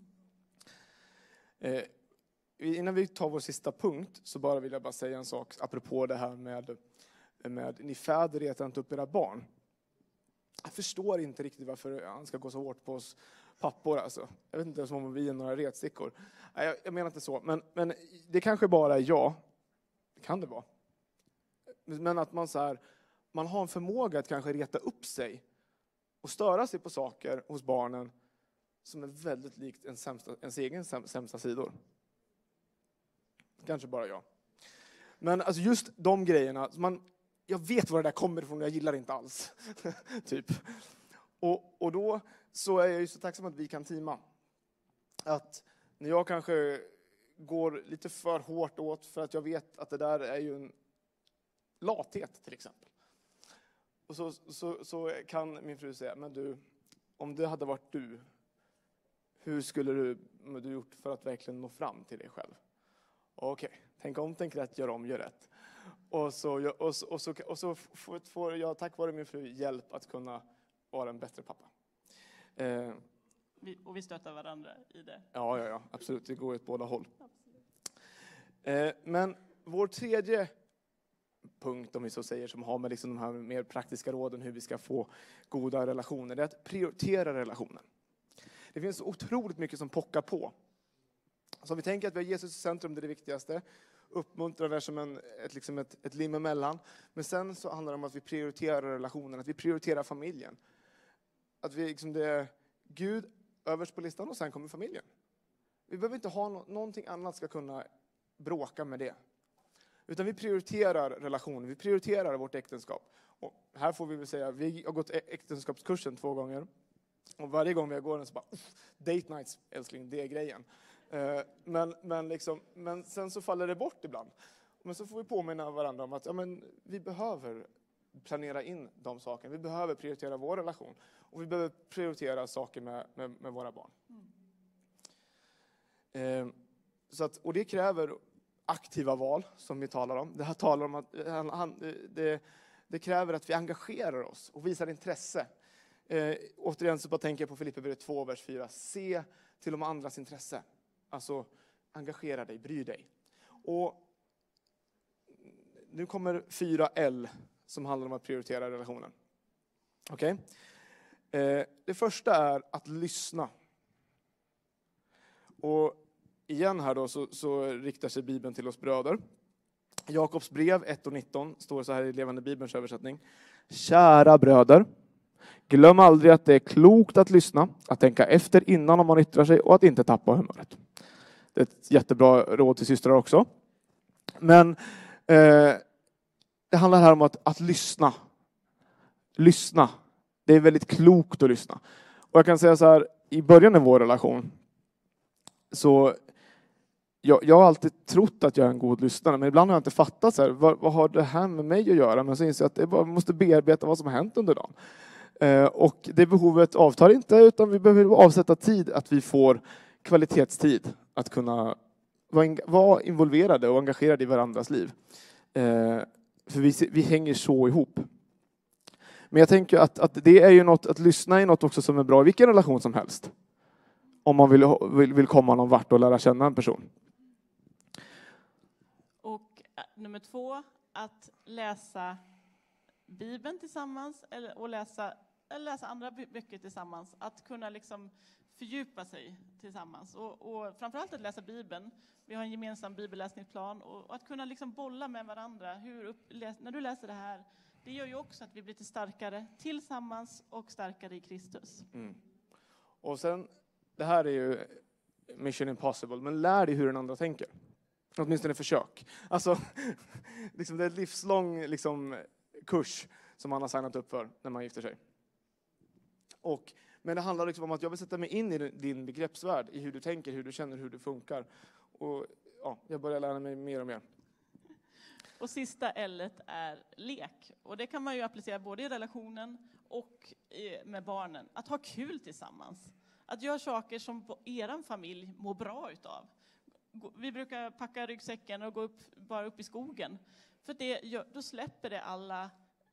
Innan vi tar vår sista punkt så bara vill jag bara säga en sak apropå det här med ni fäder retar inte upp era barn. Jag förstår inte riktigt varför han ska gå så hårt på oss pappor. Alltså. Jag vet inte ens om vi är några retstickor. Nej, jag menar inte så. Men det kanske bara är jag. Det kan det vara. Men att man har en förmåga att kanske reta upp sig och störa sig på saker hos barnen som är väldigt likt ens egen sämsta sidor. Kanske bara jag. Men alltså just de grejerna, jag vet var det där kommer ifrån och jag gillar det inte alls. typ. Och då så är jag ju så tacksam att vi kan teama. Att när jag kanske går lite för hårt åt för att jag vet att det där är ju en lathet till exempel. Och så kan min fru säga, men du, om det hade varit du, hur skulle du gjort för att verkligen nå fram till dig själv? Okej, tänk om, tänk rätt, gör om, gör rätt. Och så får jag tack vare min fru hjälp att kunna vara en bättre pappa. Och vi stöttar varandra i det. Ja, absolut. Det går åt båda håll. Men vår tredje punkt, om vi så säger, som har med liksom de här mer praktiska råden hur vi ska få goda relationer, det är att prioritera relationen. Det finns otroligt mycket som pockar på. Så om vi tänker att vi har Jesus i centrum, det är det viktigaste. Uppmuntrar det som ett lim emellan. Men sen så handlar det om att vi prioriterar relationen, att vi prioriterar familjen. Att vi det är Gud överst på listan och sen kommer familjen. Vi behöver inte ha någonting annat ska kunna bråka med det. Utan vi prioriterar relationen, vi prioriterar vårt äktenskap. Och här får vi väl säga, vi har gått äktenskapskursen 2 gånger. Och varje gång vi går den så bara, date nights älskling, det är grejen. Men sen så faller det bort ibland. Men så får vi påminna varandra om att vi behöver planera in de sakerna. Vi behöver prioritera vår relation. Och vi behöver prioritera saker med våra barn. Och det kräver aktiva val som vi talar om. Det här talar om att det kräver att vi engagerar oss och visar intresse. Återigen så bara tänker jag på Filipperbrevet 2, vers 4. Se till de andras intresse. Alltså engagera dig, bry dig. Och nu kommer 4L som handlar om att prioritera relationen. Okej? Det första är att lyssna. Och igen här då så riktar sig Bibeln till oss bröder. Jakobs brev 1:19 står så här i Levande Bibelns översättning. Kära bröder, glöm aldrig att det är klokt att lyssna, att tänka efter innan om man yttrar sig och att inte tappa humöret. Det är ett jättebra råd till systrar också. Men det handlar här om att lyssna. Lyssna. Det är väldigt klokt att lyssna. Och jag kan säga så här, i början av vår relation så jag har alltid trott att jag är en god lyssnare, men ibland har jag inte fattat så här, vad har det här med mig att göra? Men så inser jag att jag måste bearbeta vad som har hänt under dagen. Och det behovet avtar inte, utan vi behöver avsätta tid att vi får kvalitetstid att kunna vara involverade och engagerade i varandras liv. För vi hänger så ihop. Men jag tänker att det är ju något, att lyssna är något också som är bra i vilken relation som helst. Om man vill komma någon vart och lära känna en person. nummer 2, att läsa Bibeln tillsammans och läsa andra böcker tillsammans. Att kunna liksom fördjupa sig tillsammans. Och framförallt att läsa Bibeln. Vi har en gemensam bibelläsningsplan. Och att kunna liksom bolla med varandra. När du läser det här, det gör ju också att vi blir lite starkare tillsammans och starkare i Kristus. Mm. Och sen, det här är ju mission impossible, men lär dig hur den andra tänker. Åtminstone försök. Alltså, liksom det är en livslång kurs som man har signat upp för när man gifter sig. Men det handlar liksom om att jag vill sätta mig in i din begreppsvärld, i hur du tänker, hur du känner, hur du funkar. Och ja, jag börjar lära mig mer och mer. Och sista L-et är lek. Och det kan man ju applicera både i relationen och med barnen. Att ha kul tillsammans. Att göra saker som er familj mår bra utav. Vi brukar packa ryggsäcken och gå bara upp i skogen. För då släpper det alla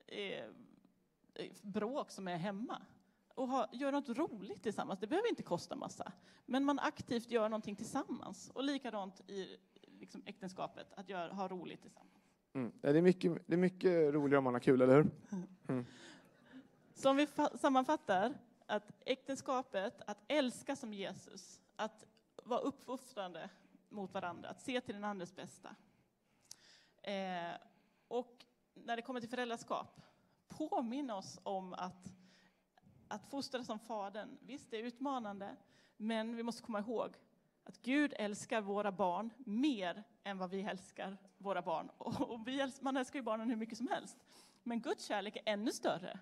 bråk som är hemma. Och gör något roligt tillsammans. Det behöver inte kosta massa. Men man aktivt gör någonting tillsammans. Och likadant i äktenskapet. Att ha roligt tillsammans. Mm. Det är mycket roligare om man har kul, eller hur? Mm. Så om vi sammanfattar. Att äktenskapet, att älska som Jesus. Att vara uppfostrande mot varandra. Att se till den andres bästa. Och när det kommer till föräldraskap. Påminna oss om att fostra som fadern. Visst, det är utmanande. Men vi måste komma ihåg att Gud älskar våra barn mer än vad vi älskar våra barn. Och man älskar ju barnen hur mycket som helst. Men Guds kärlek är ännu större.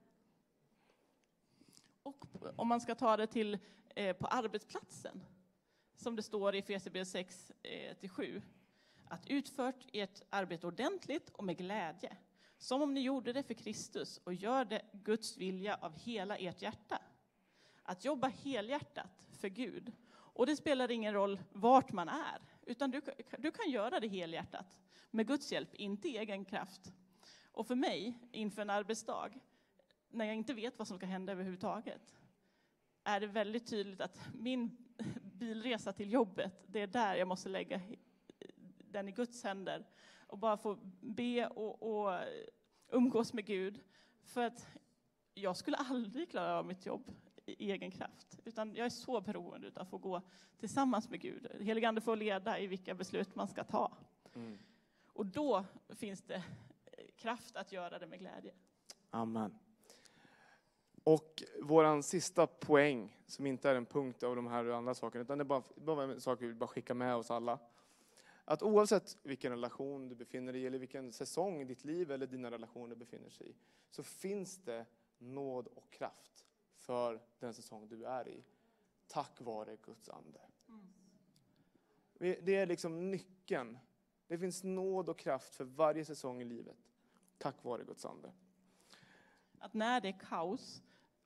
Och om man ska ta det till på arbetsplatsen. Som det står i Efesierbrevet 6-7. Att utfört ert arbete ordentligt och med glädje. Som om ni gjorde det för Kristus och gör det Guds vilja av hela ert hjärta. Att jobba helhjärtat för Gud. Och det spelar ingen roll vart man är. Utan du kan göra det helhjärtat. Med Guds hjälp, inte i egen kraft. Och för mig, inför en arbetsdag. När jag inte vet vad som ska hända överhuvudtaget. Är det väldigt tydligt att min bilresa till jobbet. Det är där jag måste lägga den i Guds händer. Och bara få be och umgås med Gud. För att jag skulle aldrig klara av mitt jobb i egen kraft. Utan jag är så beroende av att få gå tillsammans med Gud. Helige Ande får leda i vilka beslut man ska ta. Mm. Och då finns det kraft att göra det med glädje. Amen. Och våran sista poäng, som inte är en punkt av de här andra sakerna, utan det är bara en sak vi vill bara skicka med oss alla. Att oavsett vilken relation du befinner dig i, eller vilken säsong i ditt liv eller dina relationer befinner sig i, så finns det nåd och kraft för den säsong du är i. Tack vare Guds ande. Mm. Det är liksom nyckeln. Det finns nåd och kraft för varje säsong i livet. Tack vare Guds ande. Att när det är kaos,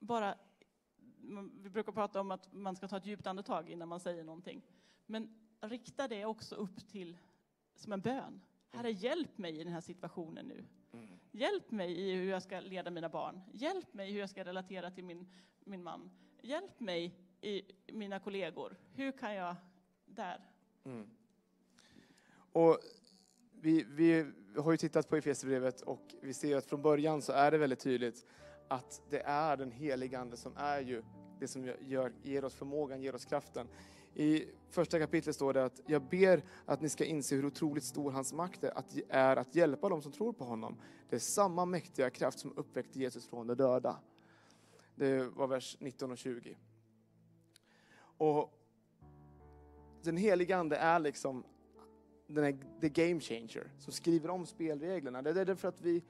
vi brukar prata om att man ska ta ett djupt andetag innan man säger någonting. Men rikta det också upp till som en bön. Herre, hjälp mig i den här situationen nu. Mm. Hjälp mig i hur jag ska leda mina barn. Hjälp mig hur jag ska relatera till min man. Hjälp mig i mina kollegor. Hur kan jag där? Mm. Och vi har ju tittat på Efesierbrevet och vi ser att från början så är det väldigt tydligt att det är den heliga ande som är ju det som ger oss förmågan, ger oss kraften. I första kapitlet står det att jag ber att ni ska inse hur otroligt stor hans makt är att hjälpa dem som tror på honom. Det är samma mäktiga kraft som uppväckte Jesus från de döda. Det var vers 19 och 20. Och den heliga ande är liksom the game changer som skriver om spelreglerna. Det är därför att vi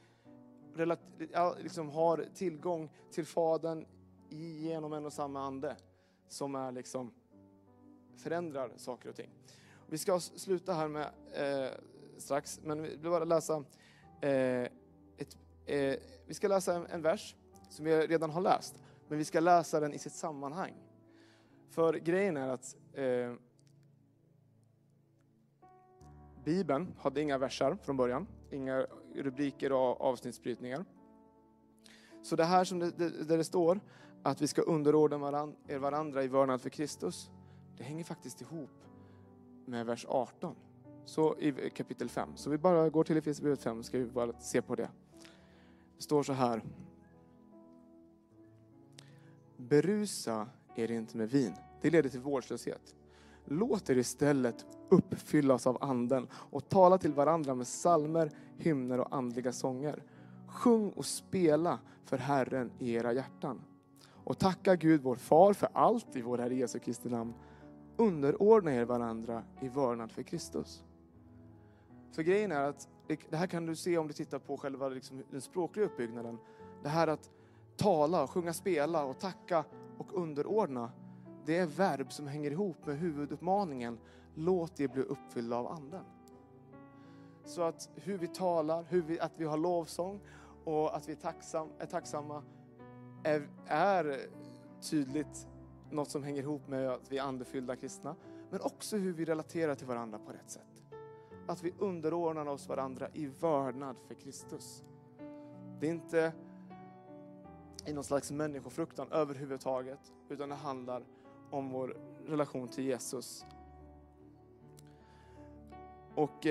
har tillgång till Fadern genom en och samma ande som är liksom förändrar saker och ting. Vi ska sluta här med strax, men vi vill bara läsa vi ska läsa en vers som vi redan har läst, men vi ska läsa den i sitt sammanhang. För grejen är att Bibeln hade inga versar från början, inga rubriker och avsnittsbrytningar. Så det här som där det står att vi ska underordna varandra i vördnad för Kristus, det hänger faktiskt ihop med vers 18. Så i kapitel 5. Så vi bara går till Efesierbrevet 5 ska vi bara se på det. Det står så här. Berusa er inte med vin. Det leder till vårdslöshet. Låt er istället uppfyllas av anden och tala till varandra med psalmer, hymner och andliga sånger. Sjung och spela för Herren i era hjärtan. Och tacka Gud vår far för allt i vår Herre Jesu Kristi namn. Underordna er varandra i vördnad för Kristus. För grejen är att det här kan du se om du tittar på själva liksom, den språkliga uppbyggnaden. Det här att tala, sjunga, spela och tacka och underordna. Det är verb som hänger ihop med huvuduppmaningen. Låt det bli uppfyllda av anden. Så att hur vi talar, att vi har lovsång och att vi är tacksamma är tydligt något som hänger ihop med att vi är andefyllda kristna. Men också hur vi relaterar till varandra på rätt sätt. Att vi underordnar oss varandra i vördnad för Kristus. Det är inte i någon slags människofruktan överhuvudtaget. Utan det handlar om vår relation till Jesus. Och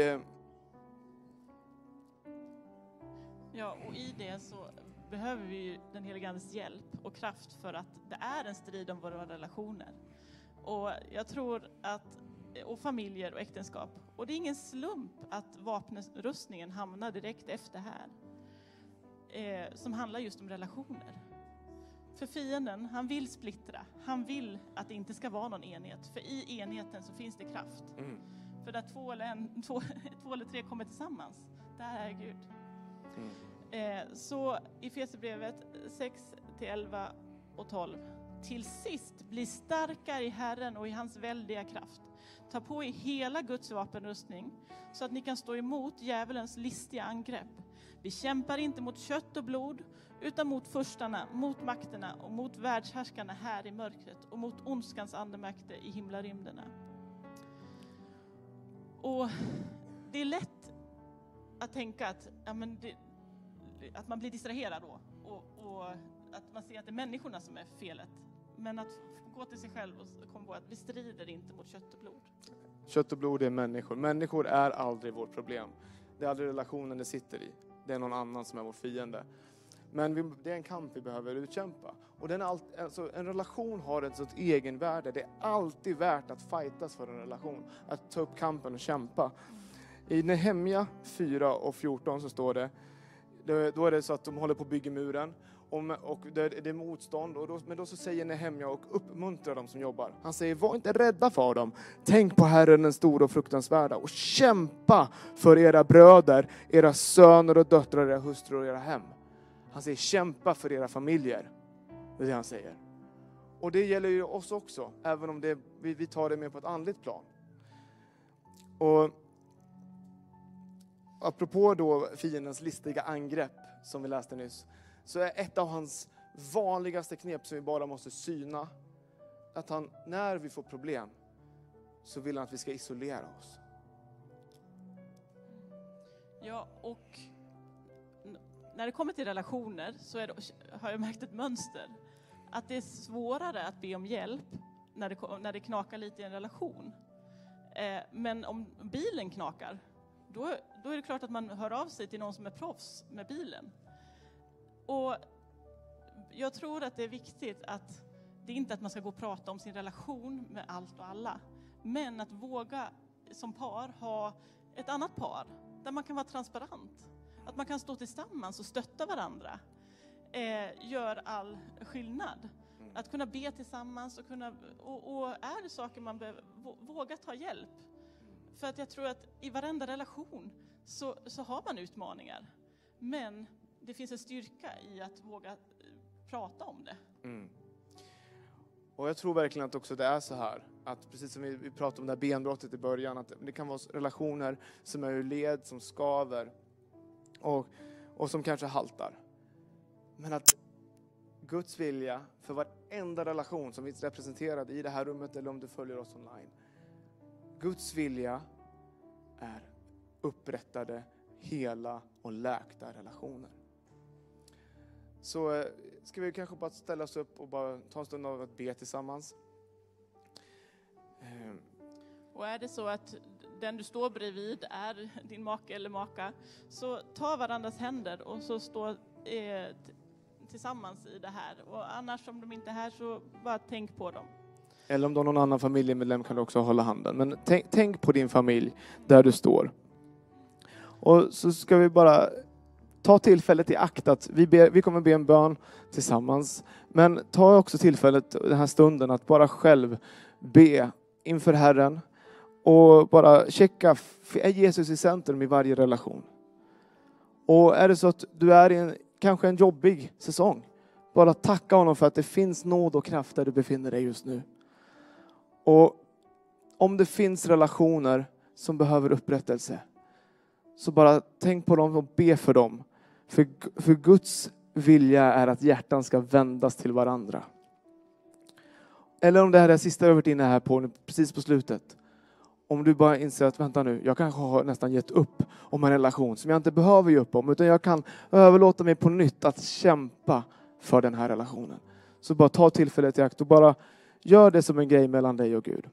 och i det så behöver vi ju den helige Andes hjälp och kraft för att det är en strid om våra relationer. Och jag tror att, och familjer och äktenskap. Och det är ingen slump att vapenrustningen hamnar direkt efter här. Som handlar just om relationer. För fienden, han vill splittra. Han vill att det inte ska vara någon enhet. För i enheten så finns det kraft. För där två eller tre kommer tillsammans, där är Gud. Så i Efesierbrevet 6-11 och 12. Till sist bli starka i Herren och i hans väldiga kraft. Ta på er hela Guds vapenrustning så att ni kan stå emot djävulens listiga angrepp. Vi kämpar inte mot kött och blod utan mot förstarna, mot makterna och mot världshärskarna här i mörkret och mot ondskans andemakter i himlarymderna. Och det är lätt att tänka att man blir distraherad då och att man ser att det är människorna som är felet. Men att gå till sig själv och komma på att vi strider inte mot kött och blod. Kött och blod är människor. Människor är aldrig vårt problem. Det är aldrig relationen det sitter i. Det är någon annan som är vår fiende. Men det är en kamp vi behöver utkämpa. Och en relation har ett sådant egenvärde. Det är alltid värt att fightas för en relation. Att ta upp kampen och kämpa. I Nehemja 4:14 så står det. Då är det så att de håller på att bygga muren. Och det är motstånd. Men då så säger Nehemja och uppmuntrar dem som jobbar. Han säger, var inte rädda för dem. Tänk på Herren den stora och fruktansvärda. Och kämpa för era bröder, era söner och döttrar, era hustrur och era hem. Han säger, kämpa för era familjer. Det är det han säger. Och det gäller ju oss också. Även om vi tar det mer på ett andligt plan. Och apropå då fiendens listiga angrepp som vi läste nyss. Så är ett av hans vanligaste knep som vi bara måste syna. Att när vi får problem så vill han att vi ska isolera oss. Ja, och när det kommer till relationer så har jag märkt ett mönster. Att det är svårare att be om hjälp när det knakar lite i en relation. Men om bilen knakar, då är det klart att man hör av sig till någon som är proffs med bilen. Och jag tror att det är viktigt att det är inte att man ska gå och prata om sin relation med allt och alla. Men att våga som par ha ett annat par där man kan vara transparent. Att man kan stå tillsammans och stötta varandra. Gör all skillnad. Att kunna be tillsammans och är det saker man behöver, våga ta hjälp. För att jag tror att i varenda relation så har man utmaningar. Men det finns en styrka i att våga prata om det. Och jag tror verkligen att också det är så här. Att precis som vi pratade om det här benbrottet i början. Att det kan vara relationer som är ur led, som skaver. Och som kanske haltar. Men att Guds vilja för varenda relation som vi representerade i det här rummet. Eller om du följer oss online. Guds vilja är upprättade, hela och läkta relationer. Så ska vi kanske bara ställa oss upp och bara ta en stund av att be tillsammans. Och är det så att den du står bredvid är din make eller maka, så ta varandras händer och så stå tillsammans i det här. Och annars om de inte är här, så bara tänk på dem. Eller om du har någon annan familjemedlem kan du också hålla handen. Men tänk på din familj där du står. Och så ska vi bara ta tillfället i akt att vi kommer be en bön tillsammans. Men ta också tillfället, den här stunden, att bara själv be inför Herren. Och bara checka, är Jesus i centrum i varje relation? Och är det så att du är i kanske en jobbig säsong, bara tacka honom för att det finns nåd och kraft där du befinner dig just nu. Och om det finns relationer som behöver upprättelse, så bara tänk på dem och be för dem. För Guds vilja är att hjärtan ska vändas till varandra. Eller om det här är det sista jag har varit inne här på, precis på slutet. Om du bara inser att vänta nu, jag kanske har nästan gett upp om en relation som jag inte behöver ge upp om. Utan jag kan överlåta mig på nytt att kämpa för den här relationen. Så bara ta tillfället i akt och bara gör det som en grej mellan dig och Gud.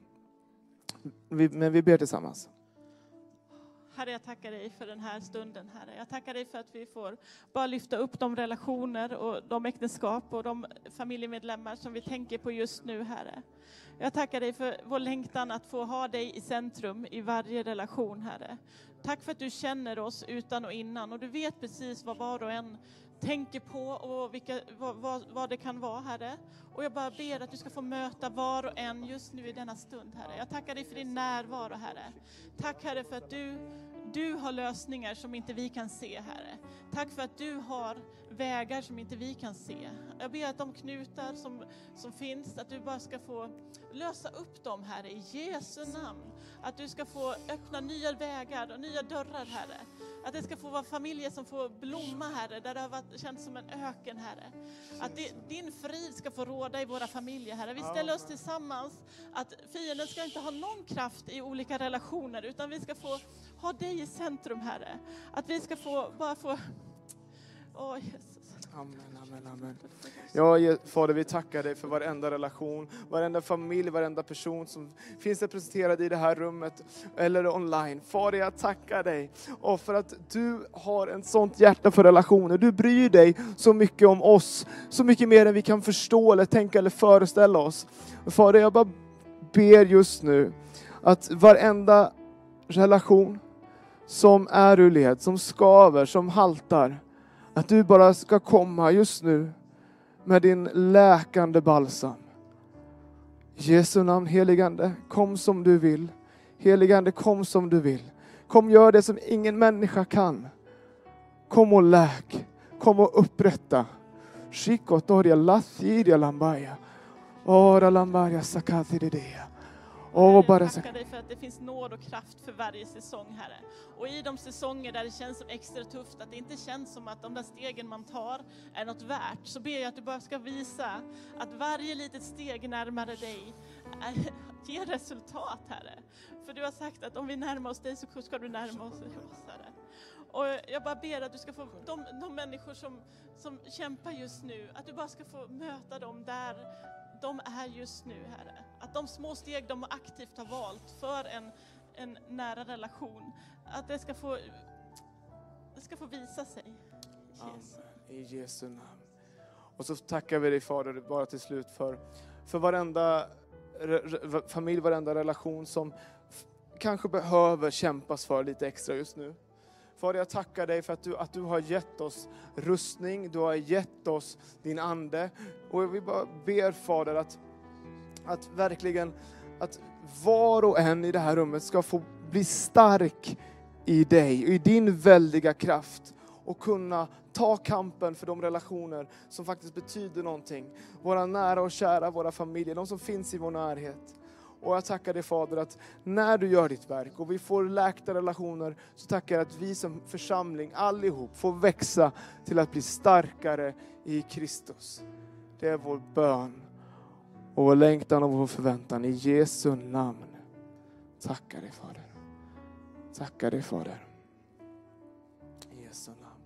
Men vi ber tillsammans. Herre, jag tackar dig för den här stunden, Herre. Jag tackar dig för att vi får bara lyfta upp de relationer och de äktenskap och de familjemedlemmar som vi tänker på just nu, Herre. Jag tackar dig för vår längtan att få ha dig i centrum i varje relation, Herre. Tack för att du känner oss utan och innan, och du vet precis vad var och en tänker på och vad det kan vara, Herre. Och jag bara ber att du ska få möta var och en just nu i denna stund, Herre. Jag tackar dig för din närvaro, Herre. Tack, Herre, för att du har lösningar som inte vi kan se, Herre. Tack för att du har vägar som inte vi kan se. Jag ber att de knutar som finns, att du bara ska få lösa upp dem, Herre, i Jesu namn. Att du ska få öppna nya vägar och nya dörrar, Herre. Att det ska få vara familjer som får blomma, Herre, där det har känts som en öken, Herre. Att din frid ska få råda i våra familjer, Herre. Vi ställer oss tillsammans att fienden ska inte ha någon kraft i olika relationer, utan vi ska få ha dig i centrum, Herre. Att vi ska bara få... Åh, Jesus. Amen. Ja, Fader, vi tackar dig för varenda relation, varenda familj, varenda person som finns representerad i det här rummet eller online. Fader, jag tackar dig och för att du har en sånt hjärta för relationer. Du bryr dig så mycket om oss, så mycket mer än vi kan förstå eller tänka eller föreställa oss. Fader, jag bara ber just nu att varenda relation som är ur led, som skaver, som haltar, att du bara ska komma just nu med din läkande balsam. Jesu namn, heligande, kom som du vill. Heligande, kom som du vill. Kom, gör det som ingen människa kan. Kom och läk. Kom och upprätta. Shikotoria lasiria lambaya. Ora lambaya sakatidea. Jag tackar dig för att det finns nåd och kraft för varje säsong, Herre. Och i de säsonger där det känns som extra tufft, att det inte känns som att de där stegen man tar är något värt, så ber jag att du bara ska visa att varje litet steg närmare dig ger resultat, Herre. För du har sagt att om vi närmar oss dig så ska du närma oss, Herre. Och jag bara ber att du ska få de människor som kämpar just nu, att du bara ska få möta dem där de är just nu, Herre. Att de små steg de aktivt har valt för en nära relation, att det ska få visa sig. Amen. I Jesu namn. Och så tackar vi dig, Fader, bara till slut för varenda familj, varenda relation som kanske behöver kämpas för lite extra just nu. Fader, jag tackar dig för att du har gett oss rustning, du har gett oss din ande. Och vi bara ber, Fader, att verkligen att var och en i det här rummet ska få bli stark i dig och i din väldiga kraft och kunna ta kampen för de relationer som faktiskt betyder någonting. Våra nära och kära, våra familjer, de som finns i vår närhet. Och jag tackar dig, Fader, att när du gör ditt verk och vi får läkta relationer, så tackar jag att vi som församling allihop får växa till att bli starkare i Kristus. Det är vår bön och vår längtan och vår förväntan i Jesu namn. Tackar dig, Fader. Tackar dig, Fader. I Jesu namn.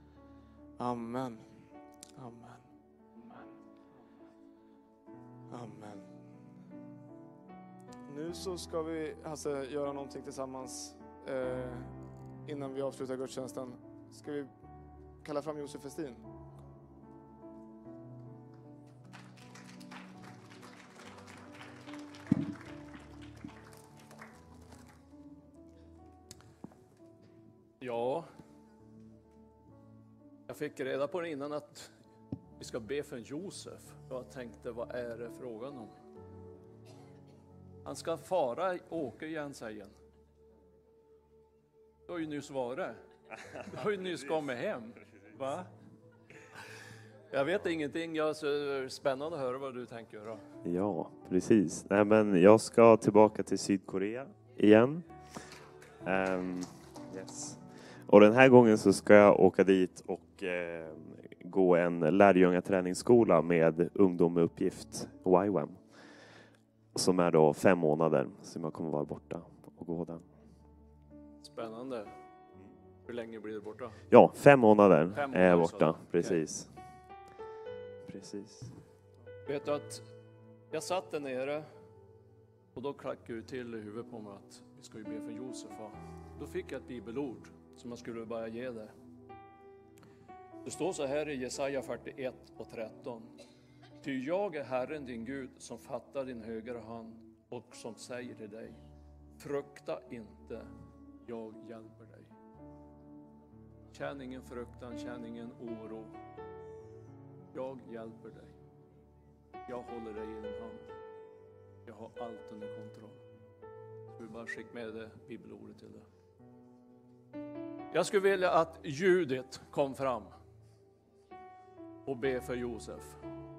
Amen. Amen. Amen. Nu så ska vi alltså göra någonting tillsammans innan vi avslutar gudstjänsten. Ska vi kalla fram Josef Festin? Ja, jag fick reda på det innan att vi ska be för Josef. Jag tänkte, vad är det frågan om? Han ska fara i Åke igen, säger han. Du har ju nyss varit. Du har ju nyss kommit hem. Va? Jag vet ingenting. Jag är så spännande att höra vad du tänker göra. Ja, precis. Nej, men jag ska tillbaka till Sydkorea igen. Yes. Och den här gången så ska jag åka dit och gå en lärjungaträningsskola med ungdom med uppgift, YWAM. Som är då 5 månader som jag kommer vara borta och gå den. Spännande. Hur länge blir du borta? Ja, 5 månader, 5 är jag månader, borta. så. Precis. Precis. Vet du att jag satt där nere och då klackade det till i huvudet på mig att vi ska ju be för Josef. Då fick jag ett bibelord som jag skulle bara ge dig. Det står så här i Jesaja 41 och 13. Ty jag är Herren din Gud som fattar din högra hand och som säger till dig, frukta inte, jag hjälper dig. Känn ingen fruktan, känn ingen oro. Jag hjälper dig. Jag håller dig i din hand. Jag har allt under kontroll. Så vi bara skicka med det bibelordet till dig. Jag skulle vilja att Judit kom fram och be för Josef.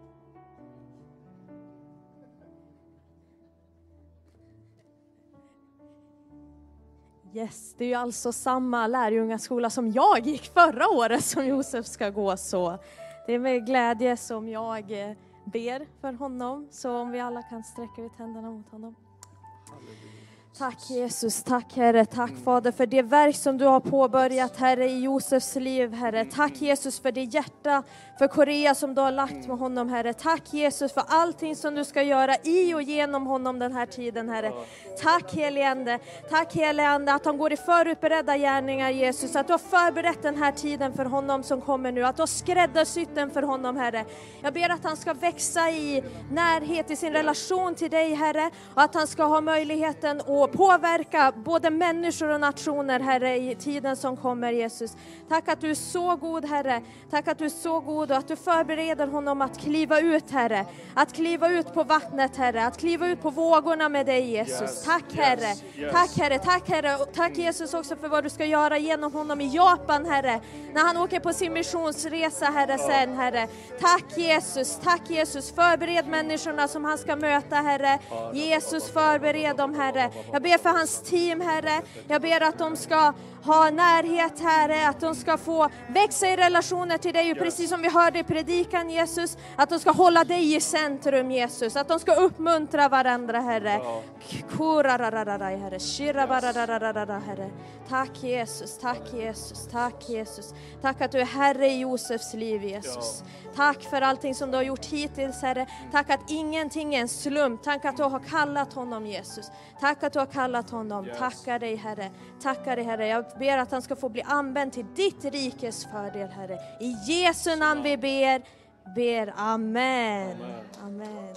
Yes, det är ju alltså samma lärjungaskola som jag gick förra året som Josef ska gå, så det är med glädje som jag ber för honom. Så om vi alla kan sträcka ut händerna mot honom. Tack Jesus, tack Herre, tack Fader för det verk som du har påbörjat Herre i Josefs liv Herre. Tack Jesus för det hjärta för Korea som du har lagt med honom Herre. Tack Jesus för allting som du ska göra i och genom honom den här tiden Herre. Tack helige Ande att han går i förutberedda gärningar Jesus. Att du har förberett den här tiden för honom som kommer nu. Att du har skräddarsytt den för honom Herre. Jag ber att han ska växa i närhet i sin relation till dig Herre. Och att han ska ha möjligheten att påverka både människor och nationer Herre i tiden som kommer Jesus. Tack att du är så god Herre. Tack att du är så god och att du förbereder honom att kliva ut Herre. Att kliva ut på vattnet Herre. Att kliva ut på vågorna med dig Jesus. Tack Herre. Tack Herre. Tack Herre. Och tack Jesus också för vad du ska göra genom honom i Japan Herre. När han åker på sin missionsresa Herre sen Herre. Tack Jesus. Tack Jesus. Förbered människorna som han ska möta Herre. Jesus förbered dem Herre. Jag ber för hans team Herre. Jag ber att de ska ha närhet Herre. Att de ska få växa i relationer till dig. Precis som vi hörde i predikan Jesus. Att de ska hålla dig i centrum Jesus. Att de ska uppmuntra varandra Herre. Herre. Tack Jesus, tack Jesus, tack Jesus. Tack att du är Herre i Josefs liv Jesus. Tack för allting som du har gjort hittills Herre. Tack att ingenting är en slump. Tack att du har kallat honom Jesus. Tack att du har kallat honom. Tackar dig Herre. Tackar dig Herre. Jag ber att han ska få bli använd till ditt rikes fördel Herre. I Jesu namn vi ber. Amen. Amen.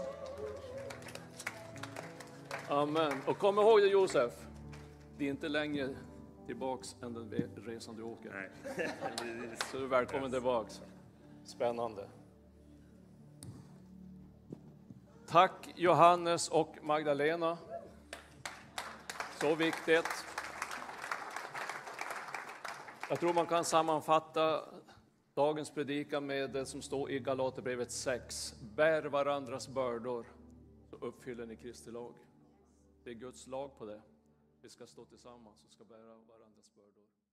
Amen. Och kom ihåg det Josef. Det är inte längre tillbaks än den resan du åker. Nej. Så du är välkommen tillbaks. Spännande. Tack Johannes och Magdalena. Så viktigt. Jag tror man kan sammanfatta dagens predikan med det som står i Galaterbrevet 6. Bär varandras bördor så uppfyller ni Kristi lag. Det är Guds lag på det. Vi ska stå tillsammans och ska bära varandras bördor.